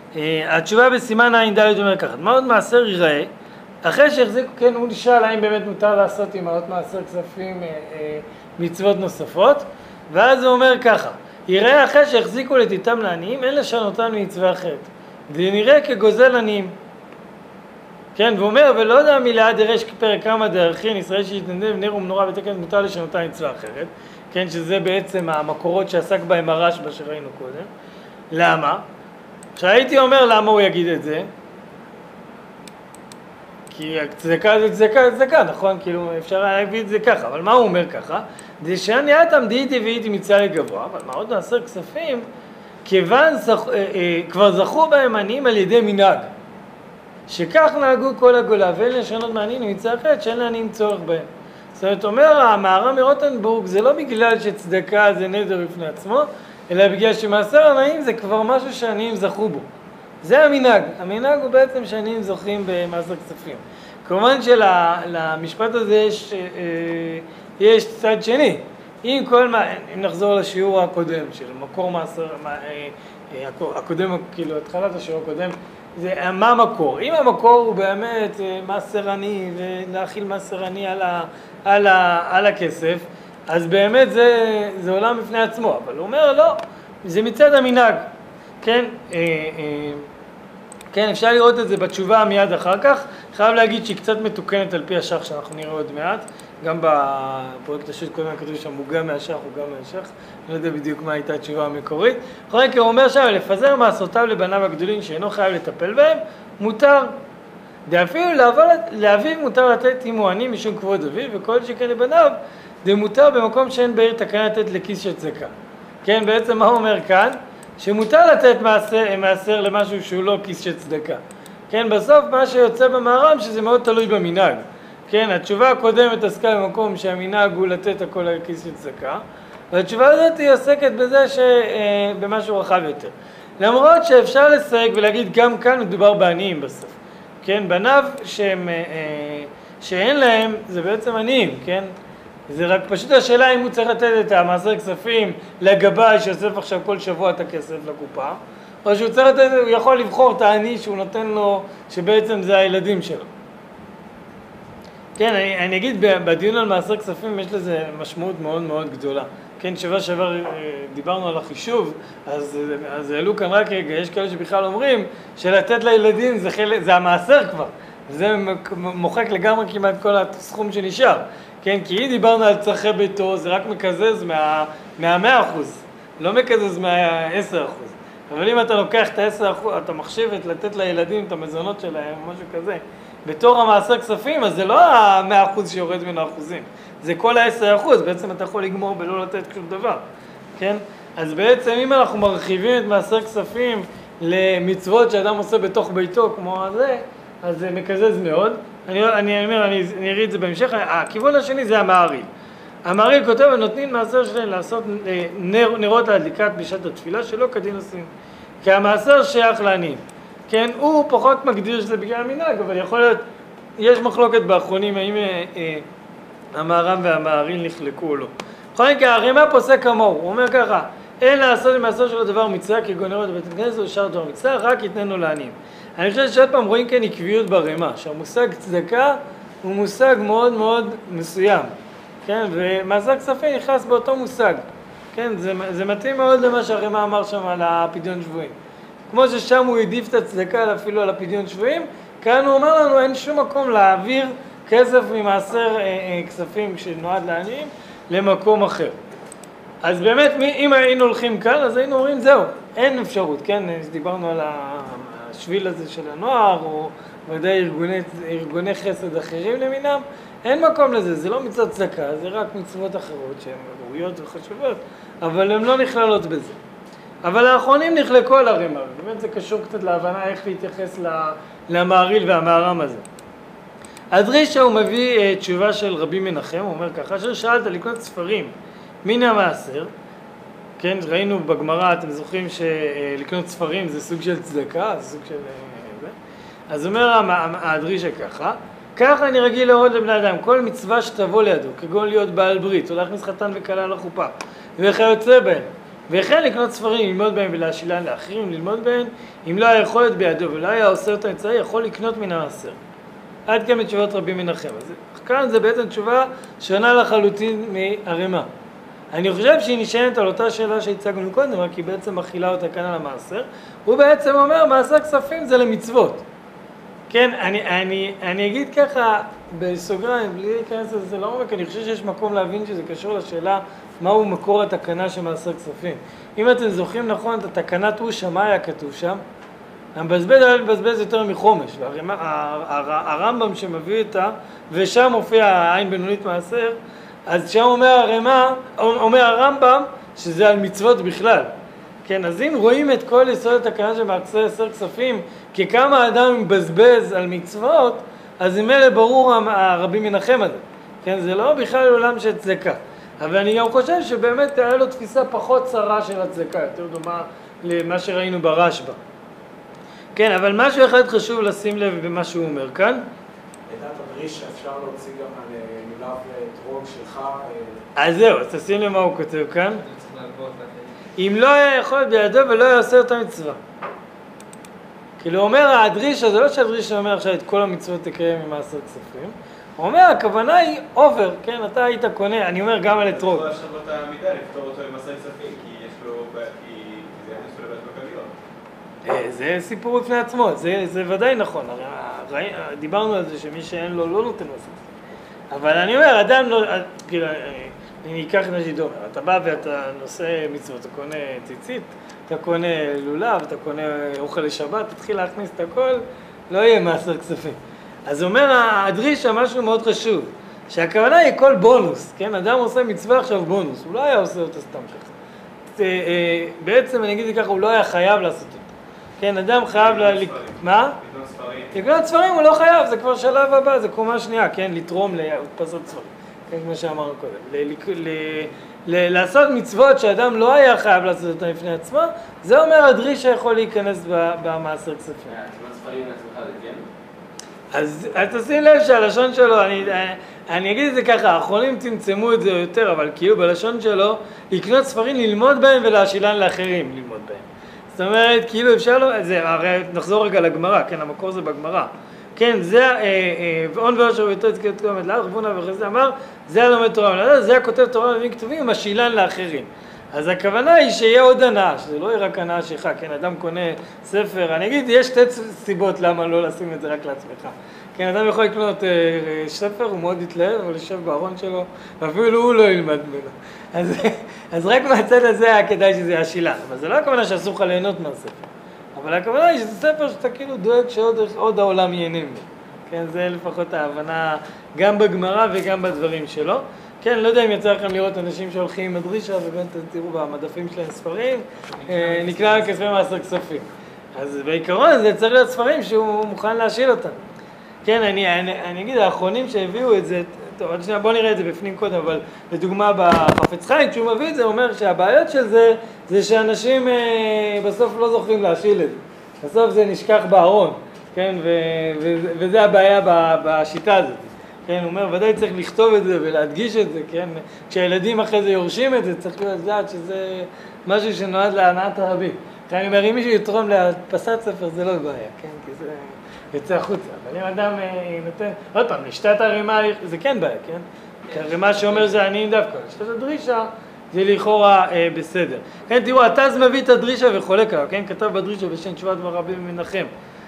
התשובה בסימן ע"ד אומר ככה, מעות מעשר ייראה, אחרי שהחזיקו, כן, הוא נשאל האם באמת מותר לעשות עם מעות מעשר כספים מצוות נוספות, ואז הוא אומר ככה, ייראה אחרי שהחזיקו לתיתם לעניים, אין לשנותן מצווה אחרת. זה נראה כגוזל עניים. כן, והוא אומר, ולא יודע מילה דרש פרק כמה דרכין, ישראל שיתנדב נר ומנורה ותקן מותר לשנותן מצווה אחרת. כן, שזה בעצם המקורות שעסק בהם הרשב"א שראינו קודם. למה? כשהייתי אומר למה הוא יגיד את זה, כי צדקה זה צדקה, זה צדקה, נכון? כאילו אפשר להגיד את זה ככה, אבל מה הוא אומר ככה? זה שאני אתם דהיתי והייתי מצווה לגבוה, אבל מה עוד מעשר כספים? כיוון זכ... אה, אה, כבר זכו בהם עניים על ידי מנהג, שכך נהגו כל הגולה, ואין לשנות מעניים מצווה אחרת שאין לעניים צורך בהם. זאת אומרת, אומר המהר"ם מרוטנבורג, זה לא בגלל שצדקה זה נדר בפני עצמו, אלא בגלל שמעשר עניים זה כבר משהו שעניים זכו בו. זה המנהג. המנהג הוא בעצם שעניים זוכים במעשר כספים. כמובן שלמשפט הזה יש, יש צד שני. אם כל מה, אם נחזור לשיעור הקודם של מקור מעשר, הקודם, כאילו התחלת השיעור הקודם, זה מה המקור? אם המקור הוא באמת מעשר עני ולהכיל מעשר עני על, ה, על, ה, על הכסף, אז באמת זה, זה עולם בפני עצמו. אבל הוא אומר לא, זה מצד המנהג. כן, אה, אה, כן, אפשר לראות את זה בתשובה מיד אחר כך. חייב להגיד שהיא קצת מתוקנת על פי השח שאנחנו נראה עוד מעט. גם בפרויקט השו"ת קודם כתוב שם הוא גם מהשח, הוא גם מהשח. אני לא יודע בדיוק מה הייתה התשובה המקורית. בכל מקרה הוא אומר שם, לפזר מעשותיו לבניו הגדולים שאינו חייב לטפל בהם, מותר. ואפילו לאביו מותר לתת אם הוא עני משום כבוד אביו, וכל שכן לבניו, זה מותר במקום שאין בעיר תקנה לתת לכיס של צדקה. כן, בעצם מה הוא אומר כאן? שמותר לתת מעשר, מעשר למשהו שהוא לא כיס של צדקה. כן, בסוף מה שיוצא במהר"ם שזה מאוד תלוי במנהג. כן, התשובה הקודמת עסקה במקום שהמנהג הוא לתת הכל על כיס של צדקה, והתשובה הזאת היא עוסקת בזה שבמשהו רחב יותר. למרות שאפשר לסייג ולהגיד גם כאן מדובר בעניים בסוף. כן, בניו שהם, שאין להם זה בעצם עניים, כן? זה רק פשוט השאלה אם הוא צריך לתת את המעשר כספים לגבאי שאוסף עכשיו כל שבוע את הכסף לקופה, או שהוא צריך לתת, הוא יכול לבחור את העני שהוא נותן לו, שבעצם זה הילדים שלו. כן, אני, אני אגיד, בדיון על מעשר כספים יש לזה משמעות מאוד מאוד גדולה. כן, שבוע שעבר דיברנו על החישוב, אז, אז העלו כאן רק רגע, יש כאלה שבכלל אומרים שלתת לילדים זה, חלק, זה המעשר כבר. זה מוחק לגמרי כמעט כל הסכום שנשאר. כן, כי אם דיברנו על צרכי ביתו, זה רק מקזז מה, מהמאה אחוז, לא מקזז מהעשר אחוז. אבל אם אתה לוקח את העשר אחוז, אתה מחשיב את לתת לילדים את המזונות שלהם, משהו כזה, בתור המעשר כספים, אז זה לא המאה אחוז שיורד מן האחוזים, זה כל העשר אחוז, בעצם אתה יכול לגמור בלא לתת שום דבר, כן? אז בעצם אם אנחנו מרחיבים את מעשר כספים למצוות שאדם עושה בתוך ביתו, כמו הזה, אז זה מקזז מאוד. אני, אני אומר, אני, אני אראה את זה בהמשך. הכיוון השני זה המעריל. המעריל כותב, נותנים מעשר שלהם לעשות נר, נרות להדליקת בשעת התפילה שלא כדין עושים. כי המעשר שייך לעניים. כן, הוא פחות מגדיר שזה בגלל המנהג, אבל יכול להיות, יש מחלוקת באחרונים, האם אה, אה, המהר"ם והמעריל נחלקו או לא. בכל מקרה, הרמ"א פוסק כמוהו, הוא אומר ככה, אין לעשות עם מעשר שלו דבר מצווה, כגון נרות בבית הכנסת, או שאר דבר מצווה, רק יתננו לעניים. אני חושב שעוד פעם רואים כאן עקביות ברמ"א, שהמושג צדקה הוא מושג מאוד מאוד מסוים, כן? ומעשר כספים נכנס באותו מושג, כן? זה, זה מתאים מאוד למה שהרמ"א אמר שם על הפדיון שבויים. כמו ששם הוא העדיף את הצדקה אפילו על הפדיון שבויים, כאן הוא אומר לנו אין שום מקום להעביר כסף ממעשר אה, אה, כספים שנועד לעניים למקום אחר. אז באמת, אם היינו הולכים כאן, אז היינו אומרים זהו, אין אפשרות, כן? דיברנו על השביל הזה של הנוער, או ודאי ארגוני, ארגוני חסד אחרים למינם, אין מקום לזה, זה לא מצוות צדקה, זה רק מצוות אחרות שהן ראויות וחשובות, אבל הן לא נכללות בזה. אבל האחרונים נחלקו על הרמ"א, באמת זה קשור קצת להבנה איך להתייחס למעריל והמהר"ם הזה. הדרישה הוא מביא תשובה של רבי מנחם, הוא אומר ככה, אשר שאלת לקנות ספרים מן המעשר, כן, ראינו בגמרא, אתם זוכרים שלקנות ספרים זה סוג של צדקה, זה סוג של... אז אומר הדרישה ככה, ככה אני רגיל להורות לבני אדם, כל מצווה שתבוא לידו, כגון להיות בעל ברית, או להכניס חתן וכלה לחופה, וכיוצא בהם, וכן לקנות ספרים, ללמוד בהם ולהשילן לאחרים, ללמוד בהם, אם לא היה יכולת בידו ולא היה עושה אותם אמצעי, יכול לקנות מן המעשר. עד כאן בתשובות רבי מנחם. אז כאן זה בעצם תשובה שונה לחלוטין מהרמה. אני חושב שהיא נשענת על אותה שאלה שהצגנו קודם, רק היא בעצם מכילה אותה כאן על המעשר. הוא בעצם אומר, מעשר כספים זה למצוות. כן, אני, אני, אני אגיד ככה בסוגריים, בלי להיכנס לזה, לא אומר, כי אני חושב שיש מקום להבין שזה קשור לשאלה מהו מקור התקנה של מעשר כספים. אם אתם זוכרים נכון, את התקנת אושה, מה היה כתוב שם? המבזבז היה לבזבז יותר מחומש, והרמב"ם שמביא אותה, ושם מופיע העין בינונית מעשר, אז שם אומר הרמ"א, אומר הרמב"ם שזה על מצוות בכלל. כן, אז אם רואים את כל יסוד התקנה של מעשר כספים, ככמה האדם מבזבז על מצוות, אז עם אלה ברור הרבי מנחם הזה. כן, זה לא בכלל עולם של צדקה. אבל אני גם חושב שבאמת היה לו תפיסה פחות צרה של הצדקה, יותר דומה למה שראינו ברשב"א. כן, אבל משהו אחד חשוב לשים לב במה שהוא אומר כאן. לדעת הדרישה אפשר להוציא גם על לולב אתרוג שלך. אז זהו, אז תשים לב מה הוא כותב כאן. אם לא היה יכול בידו ולא היה עושה אותה מצווה. כאילו הוא אומר, הדרישה, זה לא שהדרישה אומר עכשיו את כל המצוות תקיים ממעשר כספים. הוא אומר, הכוונה היא אובר, כן, אתה היית קונה, אני אומר גם על אתרוג. אתה יכול עכשיו את המידה לפתור אותו עם מעשר כספים, כי יש לו, כי זה היה נשאר לבית בכליות. זה סיפור בפני עצמו, זה, זה ודאי נכון, הרי, דיברנו על זה שמי שאין לו לא נותן מעשר כספים. אבל אני אומר, אדם לא, כאילו, אני אקח את מה שאתה אומר, אתה בא ואתה נושא מצוות, אתה קונה ציצית, אתה קונה לולב, אתה קונה אוכל לשבת, תתחיל להכניס את הכל, לא יהיה מעשר כספים. אז אומר הדרישה משהו מאוד חשוב, שהכוונה היא כל בונוס, כן? אדם עושה מצווה עכשיו בונוס, הוא לא היה עושה אותה סתם ככה. בעצם אני אגיד לי ככה, הוא לא היה חייב לעשות אותה. כן, אדם חייב ל... מה? לקנות ספרים. לקנות ספרים הוא לא חייב, זה כבר שלב הבא, זה קומה שנייה, כן? לתרום להודפסות ספרים. כן, כמו שאמרנו קודם. לעשות מצוות שאדם לא היה חייב לעשות אותה לפני עצמו, זה אומר הדרישה יכול להיכנס במעשר כספים. לקנות ספרים לעצמך זה כן? אז תשים לב שהלשון שלו, אני, אני אגיד את זה ככה, האחרונים צמצמו את זה יותר, אבל כאילו בלשון שלו, לקנות ספרים, ללמוד בהם ולהשילן לאחרים ללמוד בהם. זאת אומרת, כאילו אפשר לו, זה, הרי נחזור רגע לגמרא, כן, המקור זה בגמרא. כן, זה, ועון ואושר ואיתו יצקת תורה מדלת, רבונה וחסד אמר, זה הלומד תורה מדלת, זה הכותב תורה ומבין כתובים, משילן לאחרים. אז הכוונה היא שיהיה עוד הנאה, שזה לא יהיה רק הנאה שלך, כן, אדם קונה ספר, אני אגיד, יש שתי סיבות למה לא לשים את זה רק לעצמך. כן, אדם יכול לקנות אה, ספר, הוא מאוד יתלהב, הוא יושב בארון שלו, ואפילו הוא לא ילמד ממנו. אז, אז רק מהצד הזה היה כדאי שזה יהיה השילן, אבל זה לא הכוונה שאסור לך ליהנות מהספר. אבל הכוונה היא שזה ספר שאתה כאילו דואג שעוד העולם ייהנה ממנו. כן, זה לפחות ההבנה גם בגמרא וגם בדברים שלו. כן, לא יודע אם יצא לכם לראות אנשים שהולכים עם הדרישה, ובאמת תראו במדפים שלהם ספרים, נקרא על כספי מעשר כספים. אז בעיקרון זה צריך להיות ספרים שהוא מוכן להשיל אותם. כן, אני, אני, אני אגיד, האחרונים שהביאו את זה, טוב, עוד שנייה, בוא נראה את זה בפנים קודם, אבל לדוגמה בחפץ חיים, כשהוא מביא את זה, הוא אומר שהבעיות של זה, זה שאנשים אה, בסוף לא זוכרים להשיל את זה. בסוף זה נשכח בארון, כן, ו, ו, וזה הבעיה בשיטה הזאת. כן, הוא אומר, ודאי צריך לכתוב את זה ולהדגיש את זה, כן? כשהילדים אחרי זה יורשים את זה, צריך לדעת שזה משהו שנועד להנאת הרבים. כן, אני אומר, אם מישהו יתרום להדפסת ספר, זה לא בעיה, כן? כי זה יוצא החוצה. אבל אם אדם נותן, עוד פעם, לשתת הרימה, זה כן בעיה, כן? כי הרימה שאומר זה אני דווקא, לשתת הדרישה, זה לכאורה אה, בסדר. כן, תראו, התז מביא את הדרישה וחולק עליו, כן? כתב בדרישה בשם תשובת רבי מנחם.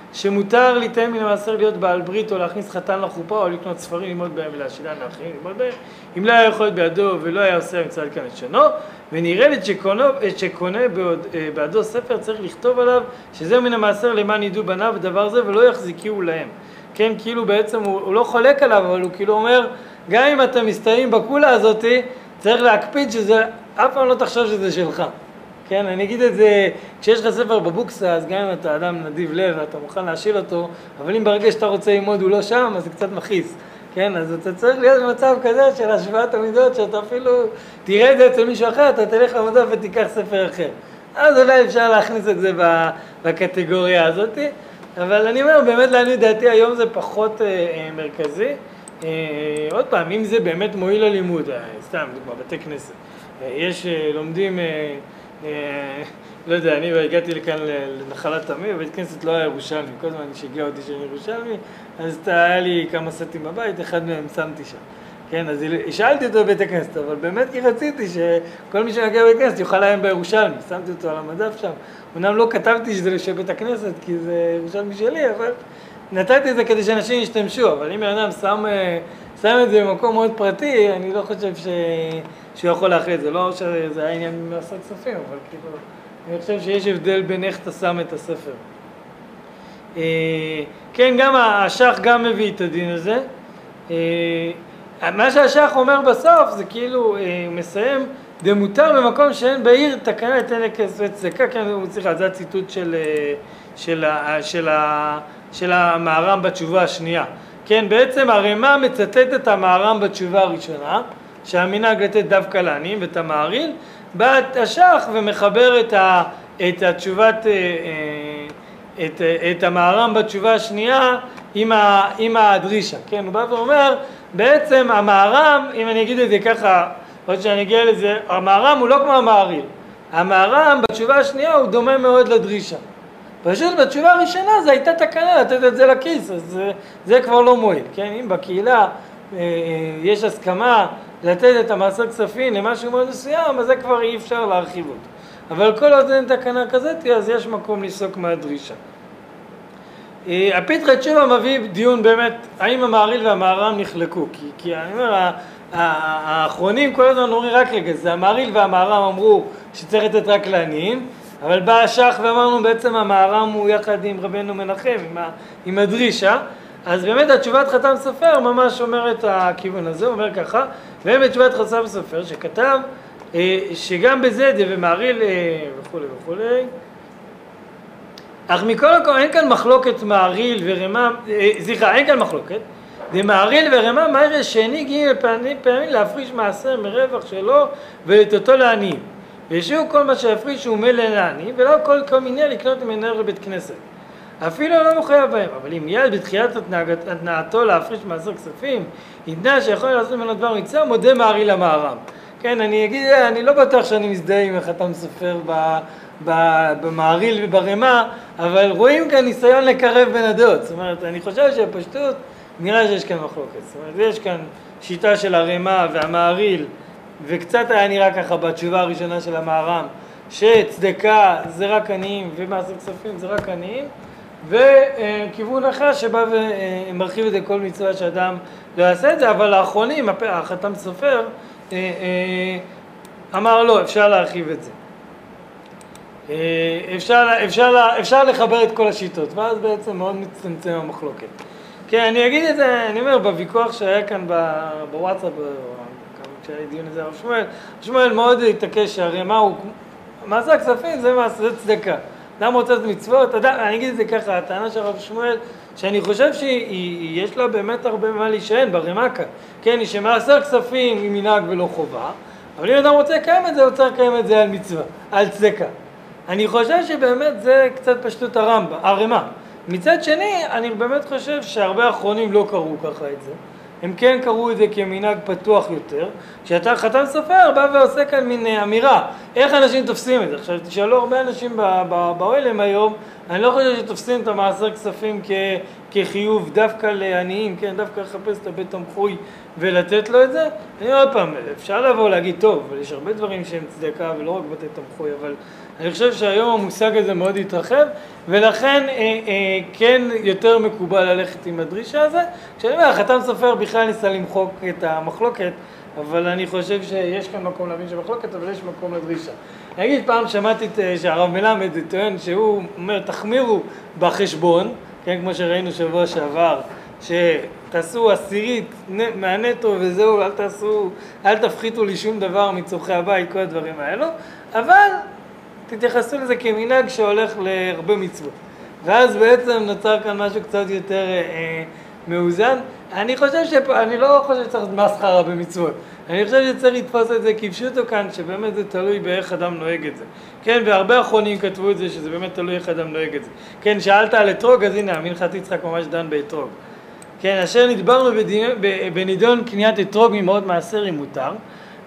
שמותר ליתן מן המעשר להיות בעל ברית או להכניס חתן לחופה או לקנות ספרים ללמוד בהם ולהשילן לאחרים ללמוד בהם אם לא היה יכול להיות בידו ולא היה עושה מצד כאן את שנו ונראה לי את שקונה בעדו ספר צריך לכתוב עליו שזה מן המעשר למען ידעו בניו ודבר זה ולא יחזיקיו להם כן כאילו בעצם הוא, הוא לא חולק עליו אבל הוא כאילו אומר גם אם אתם מסתייעים בקולה הזאת צריך להקפיד שזה אף פעם לא תחשוב שזה שלך כן, אני אגיד את זה, כשיש לך ספר בבוקסה, אז גם אם אתה אדם נדיב לב ואתה מוכן להשיל אותו, אבל אם ברגע שאתה רוצה ללמוד הוא לא שם, אז זה קצת מכעיס. כן, אז אתה צריך להיות במצב כזה של השוואת המידות, שאתה אפילו תראה את זה אצל מישהו אחר, אתה תלך למדף ותיקח ספר אחר. אז אולי אפשר להכניס את זה בקטגוריה הזאת, אבל אני אומר, באמת לעניות דעתי, היום זה פחות אה, מרכזי. אה, עוד פעם, אם זה באמת מועיל ללימוד, אה, סתם, דוגמה, בתי כנסת. אה, יש אה, לומדים... אה, לא יודע, אני הגעתי לכאן לנחלת עמי, בבית כנסת לא היה ירושלמי, כל זמן שהגיע אותי שאני ירושלמי, אז היה לי כמה סטים בבית, אחד מהם שמתי שם. כן, אז שאלתי אותו בבית הכנסת, אבל באמת כי רציתי שכל מי שמגיע בבית הכנסת יוכל להם בירושלמי, שמתי אותו על המדף שם. אמנם לא כתבתי שזה לשם בית הכנסת, כי זה ירושלמי שלי, אבל נתתי את זה כדי שאנשים ישתמשו, אבל אם האדם שם, שם את זה במקום מאוד פרטי, אני לא חושב ש... שהוא יכול להחליט, זה לא שזה היה עניין ממעשר כספים, אבל כאילו, אני חושב שיש הבדל בין איך אתה שם את הספר. כן, גם השח גם מביא את הדין הזה. מה שהשח אומר בסוף זה כאילו, הוא מסיים, דמותר במקום שאין בעיר תקנה את אלה כספי צדקה, כן, הוא צריך, זה הציטוט של, של, של, של המהר"ם בתשובה השנייה. כן, בעצם הרמ"א מצטט את המהר"ם בתשובה הראשונה, שהמנהג לתת דווקא לעניים ואת המעריל, בא השח ומחבר את, ה, את התשובת, את, את המהר"ם בתשובה השנייה עם, ה, עם הדרישה. כן, הוא בא ואומר, בעצם המהר"ם, אם אני אגיד את זה ככה, עוד שאני אגיע לזה, המהר"ם הוא לא כמו המעריל. המהר"ם בתשובה השנייה הוא דומה מאוד לדרישה. פשוט בתשובה הראשונה זה הייתה תקנה לתת את זה לכיס, אז זה, זה כבר לא מועיל. כן, אם בקהילה יש הסכמה לתת את המעשר כספים למשהו מאוד מסוים, אז זה כבר אי אפשר להרחיב אותו. אבל כל עוד אין תקנה כזאת, אז יש מקום לסוק מהדרישה. הפיתחי תשובה מביא דיון באמת, האם המעריל והמהר"ם נחלקו, כי, כי אני אומר, האחרונים כל הזמן אומרים רק רגע, זה המעריל והמהר"ם אמרו שצריך לתת רק לעניים, אבל בא השח ואמרנו בעצם המהר"ם הוא יחד עם רבנו מנחם, עם, ה, עם הדרישה, אז באמת התשובת חתם סופר ממש אומר את הכיוון הזה, הוא אומר ככה, והם בתשובת חתם סופר שכתב שגם בזה דה ומעריל וכו' וכו', אך מכל מקום אין כאן מחלוקת מעריל ורמ"א, סליחה, אין כאן מחלוקת, דה מעריל ורמ"א מהר שני גיל פעמים, פעמים להפריש מעשר מרווח שלו ולתותו לעניים, ושהוא כל מה שהפריש הוא מלא לעניים, ולא כל, כל מיני לקנות ממנו לבית כנסת. אפילו לא מחויב בהם, אבל אם ילד בתחילת התנאתו להפריש מעשר כספים, ידע שיכול לעשות ממנו דבר מצווה, מודה מעריל למהר"ם. כן, אני אגיד, אני לא בטוח שאני מזדהה עם חתם סופר במעריל וברמ"א, אבל רואים כאן ניסיון לקרב בין הדעות. זאת אומרת, אני חושב שהפשטות, נראה שיש כאן מחלוקת. זאת אומרת, יש כאן שיטה של הרמ"א והמעריל, וקצת היה נראה ככה בתשובה הראשונה של המהר"ם, שצדקה זה רק עניים ומעשר כספים זה רק עניים, וכיוון אחר שבא ומרחיב את זה כל מצווה שאדם לא יעשה את זה, אבל האחרונים, החתם סופר, אמר לא, אפשר להרחיב את זה. אפשר, אפשר, אפשר לחבר את כל השיטות, ואז בעצם מאוד מצטמצם המחלוקת. כן, אני אגיד את זה, אני אומר, בוויכוח שהיה כאן בוואטסאפ, כשהיה דיון הזה הרב שמואל, שמואל מאוד התעקש שהרמ"א הוא, מעשר כספים זה מעשר צדקה. אדם רוצה את מצוות, אדם, אני אגיד את זה ככה, הטענה של הרב שמואל, שאני חושב שיש לה באמת הרבה מה להישען ברמ"א כאן. כן, היא שמעשר כספים היא מנהג ולא חובה, אבל אם אדם רוצה לקיים את זה, הוא צריך לקיים את זה על מצווה, על צדקה. אני חושב שבאמת זה קצת פשטות הרמב"ם, הרמ"א. מצד שני, אני באמת חושב שהרבה אחרונים לא קראו ככה את זה. הם כן קראו את זה כמנהג פתוח יותר, כשאתה חתם סופר בא ועושה כאן מין אמירה, איך אנשים תופסים את זה? עכשיו תשאלו הרבה אנשים בעולם היום, אני לא חושב שתופסים את המעשר כספים כ, כחיוב דווקא לעניים, כן, דווקא לחפש את הבית תמחוי ולתת לו את זה. אני עוד פעם, אפשר לבוא להגיד טוב, אבל יש הרבה דברים שהם צדקה ולא רק בתי תמחוי, אבל אני חושב שהיום המושג הזה מאוד התרחב, ולכן אה, אה, כן יותר מקובל ללכת עם הדרישה הזה. כשאני אומר, חתם סופר בכלל ניסה למחוק את המחלוקת, אבל אני חושב שיש כאן מקום להבין שמחלוקת, אבל יש מקום לדרישה. אני אגיד, פעם שמעתי שהרב מלמד טוען שהוא אומר, תחמירו בחשבון, כן, כמו שראינו שבוע שעבר, שתעשו עשירית מהנטו וזהו, אל תעשו, אל תפחיתו לי שום דבר מצורכי הבית, כל הדברים האלו, אבל תתייחסו לזה כמנהג שהולך להרבה מצוות. ואז בעצם נוצר כאן משהו קצת יותר אה, מאוזן. אני חושב ש... אני לא חושב שצריך מסחרה במצוות. אני חושב שצריך לתפוס את זה כפשוטו כאן, שבאמת זה תלוי באיך אדם נוהג את זה. כן, והרבה אחרונים כתבו את זה, שזה באמת תלוי איך אדם נוהג את זה. כן, שאלת על אתרוג, אז הנה, המנחת יצחק ממש דן באתרוג. כן, אשר נדברנו בדיון, בנידון קניית אתרוג ממאוד מעשר אם מותר,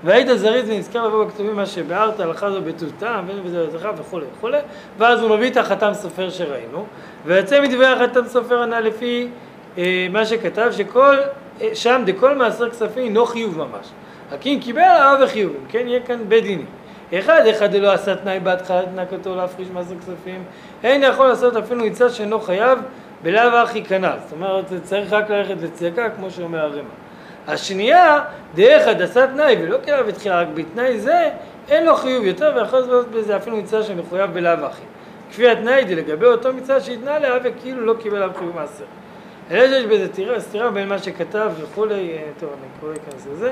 והיית זריז ונזכר לבוא בכתובים מה שבארת, הלכה זו בטובתם, ואין בזה בזכה וכו' וכו'. ואז הוא מביא את החתם סופר שראינו, ויוצא מדברי החתם סופר הנ"ל לפי אה, מה שכתב, שכל, אה, שם דכל מעשר כספים אינו חיוב ממש. הכין קיבל עליו וחיובים, כן? יהיה כאן בית דינים. אחד, אחד דלא עשה תנאי בהתחלת תנקתו להפריש מעשר כספים, אין יכול לעשות אפילו מצווה שאינו חייב בלאו הכי כנ"ל. זאת אומרת, צריך רק ללכת לצדקה, כמו שאומר הרמ"א. השנייה, דאחד עשה תנאי ולא קרב התחילה רק בתנאי זה, אין לו חיוב יותר, ואחרי זה בזה אפילו מצווה שמחויב בלאו הכי. כפי התנאי די לגבי אותו מצווה שהתנה לה וכאילו לא קיבל עליו חיוב מעשר. אלא שיש בזה תראה, סתירה בין מה שכתב וכולי, טוב, אני קורא להיכנס לזה.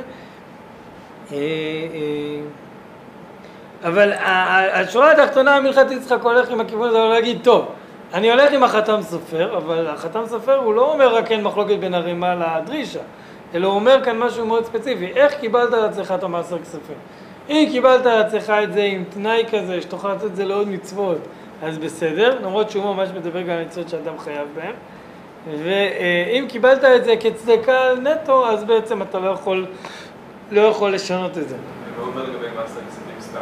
אבל השורה התחתונה המלכתית יצחק הולך עם הכיוון הזה, הוא להגיד, טוב, אני הולך עם החתם סופר, אבל החתם סופר הוא לא אומר רק אין מחלוקת בין הרמ"א לדרישה, אלא הוא אומר כאן משהו מאוד ספציפי, איך קיבלת על עצמך את המעשר כספים? אם קיבלת על עצמך את זה עם תנאי כזה, שתוכל לתת את זה לעוד מצוות, אז בסדר, למרות שהוא ממש מדבר גם על מצוות שאדם חייב בהן, ואם קיבלת את זה כצדקה נטו, אז בעצם אתה לא יכול, לא יכול לשנות את זה. אני לא אומר לגבי מעשר כספים סתם,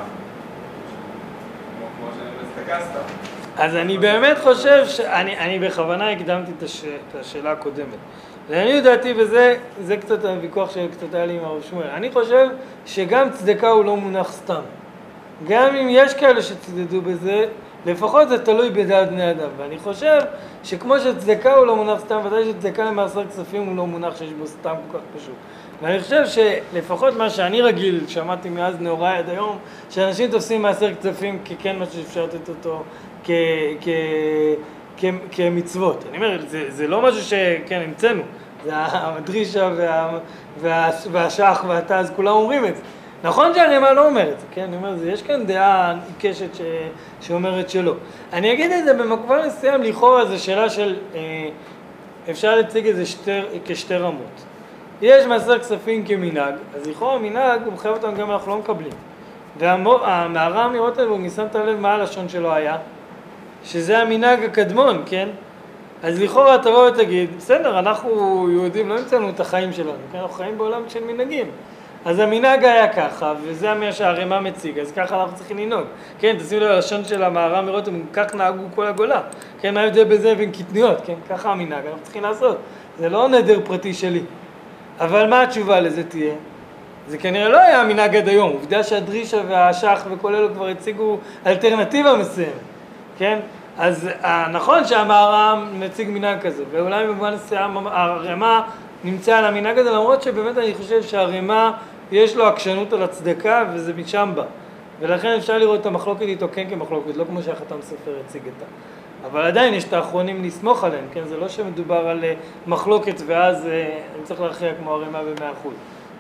כמו שאני מצדקה סתם. אז אני באמת חושב שאני אני בכוונה הקדמתי את, הש, את השאלה הקודמת. לעניות דעתי, וזה זה קצת הוויכוח של קצת היה לי עם הרב שמואל, אני חושב שגם צדקה הוא לא מונח סתם. גם אם יש כאלה שצדדו בזה, לפחות זה תלוי בדעת בני אדם. ואני חושב שכמו שצדקה הוא לא מונח סתם, ודאי שצדקה למעשר כספים הוא לא מונח שיש בו סתם כל כך פשוט. ואני חושב שלפחות מה שאני רגיל, שמעתי מאז נעוריי עד היום, שאנשים תופסים מעשר כספים ככן מה שאפשר לתת אותו כ, כ, כ, כמצוות. אני אומר, זה, זה לא משהו שכן המצאנו, זה הדרישה וה, וה, והשח והתז, כולם אומרים את זה. נכון שהרמ"א לא אומר את זה, כן? אני אומר, יש כאן דעה עיקשת ש, שאומרת שלא. אני אגיד את זה במקום מסוים, לכאורה זו שאלה של, אה, אפשר להציג את זה שתי, כשתי רמות. יש מעשר כספים כמנהג, אז לכאורה מנהג הוא מחייב אותנו גם אנחנו לא מקבלים. והמערה אמירות האלה, הוא שמת לב מה הלשון שלו היה, שזה המנהג הקדמון, כן? אז לכאורה תבוא ותגיד, בסדר, אנחנו יהודים לא נמצאנו את החיים שלנו, כן? אנחנו חיים בעולם של מנהגים. אז המנהג היה ככה, וזה מה שהרמ"א מציג, אז ככה אנחנו צריכים לנהוג. כן, תשימו לב, הלשון של המערה אמירות, הם כך נהגו כל הגולה. כן, מה ההבדל בזה בין קטניות, כן? ככה המנהג, אנחנו צריכים לעשות. זה לא נדר פרטי שלי. אבל מה התשובה לזה תהיה? זה כנראה לא היה המנהג עד היום, עובדה שהדרישה והשח וכל אלו כבר הציגו אלטרנטיבה מסוימת, כן? אז נכון שהמערה מציג מנהג כזה, ואולי במובן מסוים הרמ"א נמצא על המנהג הזה, למרות שבאמת אני חושב שהרמ"א יש לו עקשנות על הצדקה וזה משם בא. ולכן אפשר לראות את המחלוקת איתו כן כמחלוקת, לא כמו שהחתם סופר הציג אותה. אבל עדיין יש את האחרונים לסמוך עליהם, כן? זה לא שמדובר על מחלוקת ואז אני צריך להכריע כמו הרמ"א במאה אחוז.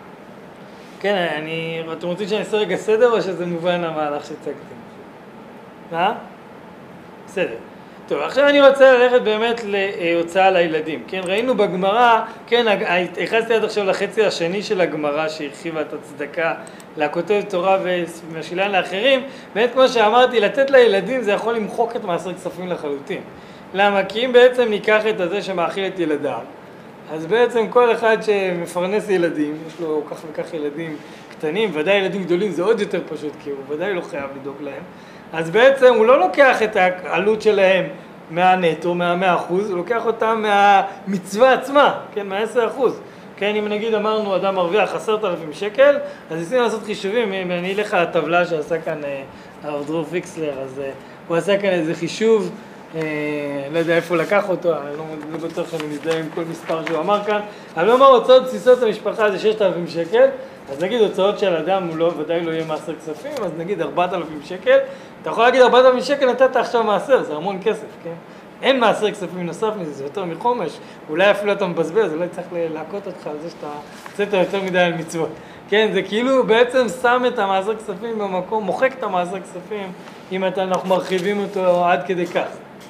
כן, אני... אתם רוצים שאני אעשה רגע סדר או שזה מובן המהלך שהצגתם? מה? בסדר. טוב, עכשיו אני רוצה ללכת באמת להוצאה לילדים, כן? ראינו בגמרא, כן, הכנסתי עד עכשיו לחצי השני של הגמרא שהרחיבה את הצדקה לכותב תורה ומשילן לאחרים, באמת כמו שאמרתי, לתת לילדים זה יכול למחוק את מעשר כספים לחלוטין. למה? כי אם בעצם ניקח את הזה שמאכיל את ילדיו, אז בעצם כל אחד שמפרנס ילדים, יש לו כך וכך ילדים קטנים, ודאי ילדים גדולים זה עוד יותר פשוט, כי הוא ודאי לא חייב לדאוג להם, אז בעצם הוא לא לוקח את העלות שלהם מהנטו, מהמאה אחוז, הוא לוקח אותם מהמצווה עצמה, כן, מהעשר אחוז. כן, אם נגיד אמרנו אדם מרוויח עשרת אלפים שקל, אז ניסינו לעשות חישובים, אם אני אלך על הטבלה שעשה כאן הרב דרור פיקסלר, אז הוא עשה כאן איזה חישוב, לא יודע איפה לקח אותו, אני לא בטוח שאני מזדהה עם כל מספר שהוא אמר כאן, אבל הוא אמר הוצאות בסיסות למשפחה זה ששת אלפים שקל, אז נגיד הוצאות של אדם הוא לא, ודאי לא יהיה מעשר כספים, אז נגיד ארבעת אלפים שקל, אתה יכול להגיד ארבעת אלפים שקל נתת עכשיו מעשר, זה המון כסף, כן? אין מעשר כספים נוסף מזה, זה יותר מחומש, אולי אפילו אתה מבזבז, אולי צריך להכות אותך על זה שאתה עשית יותר מדי על מצוות. כן, זה כאילו בעצם שם את המעשר כספים במקום, מוחק את המעשר כספים, אם אתה, אנחנו מרחיבים אותו עד כדי כך.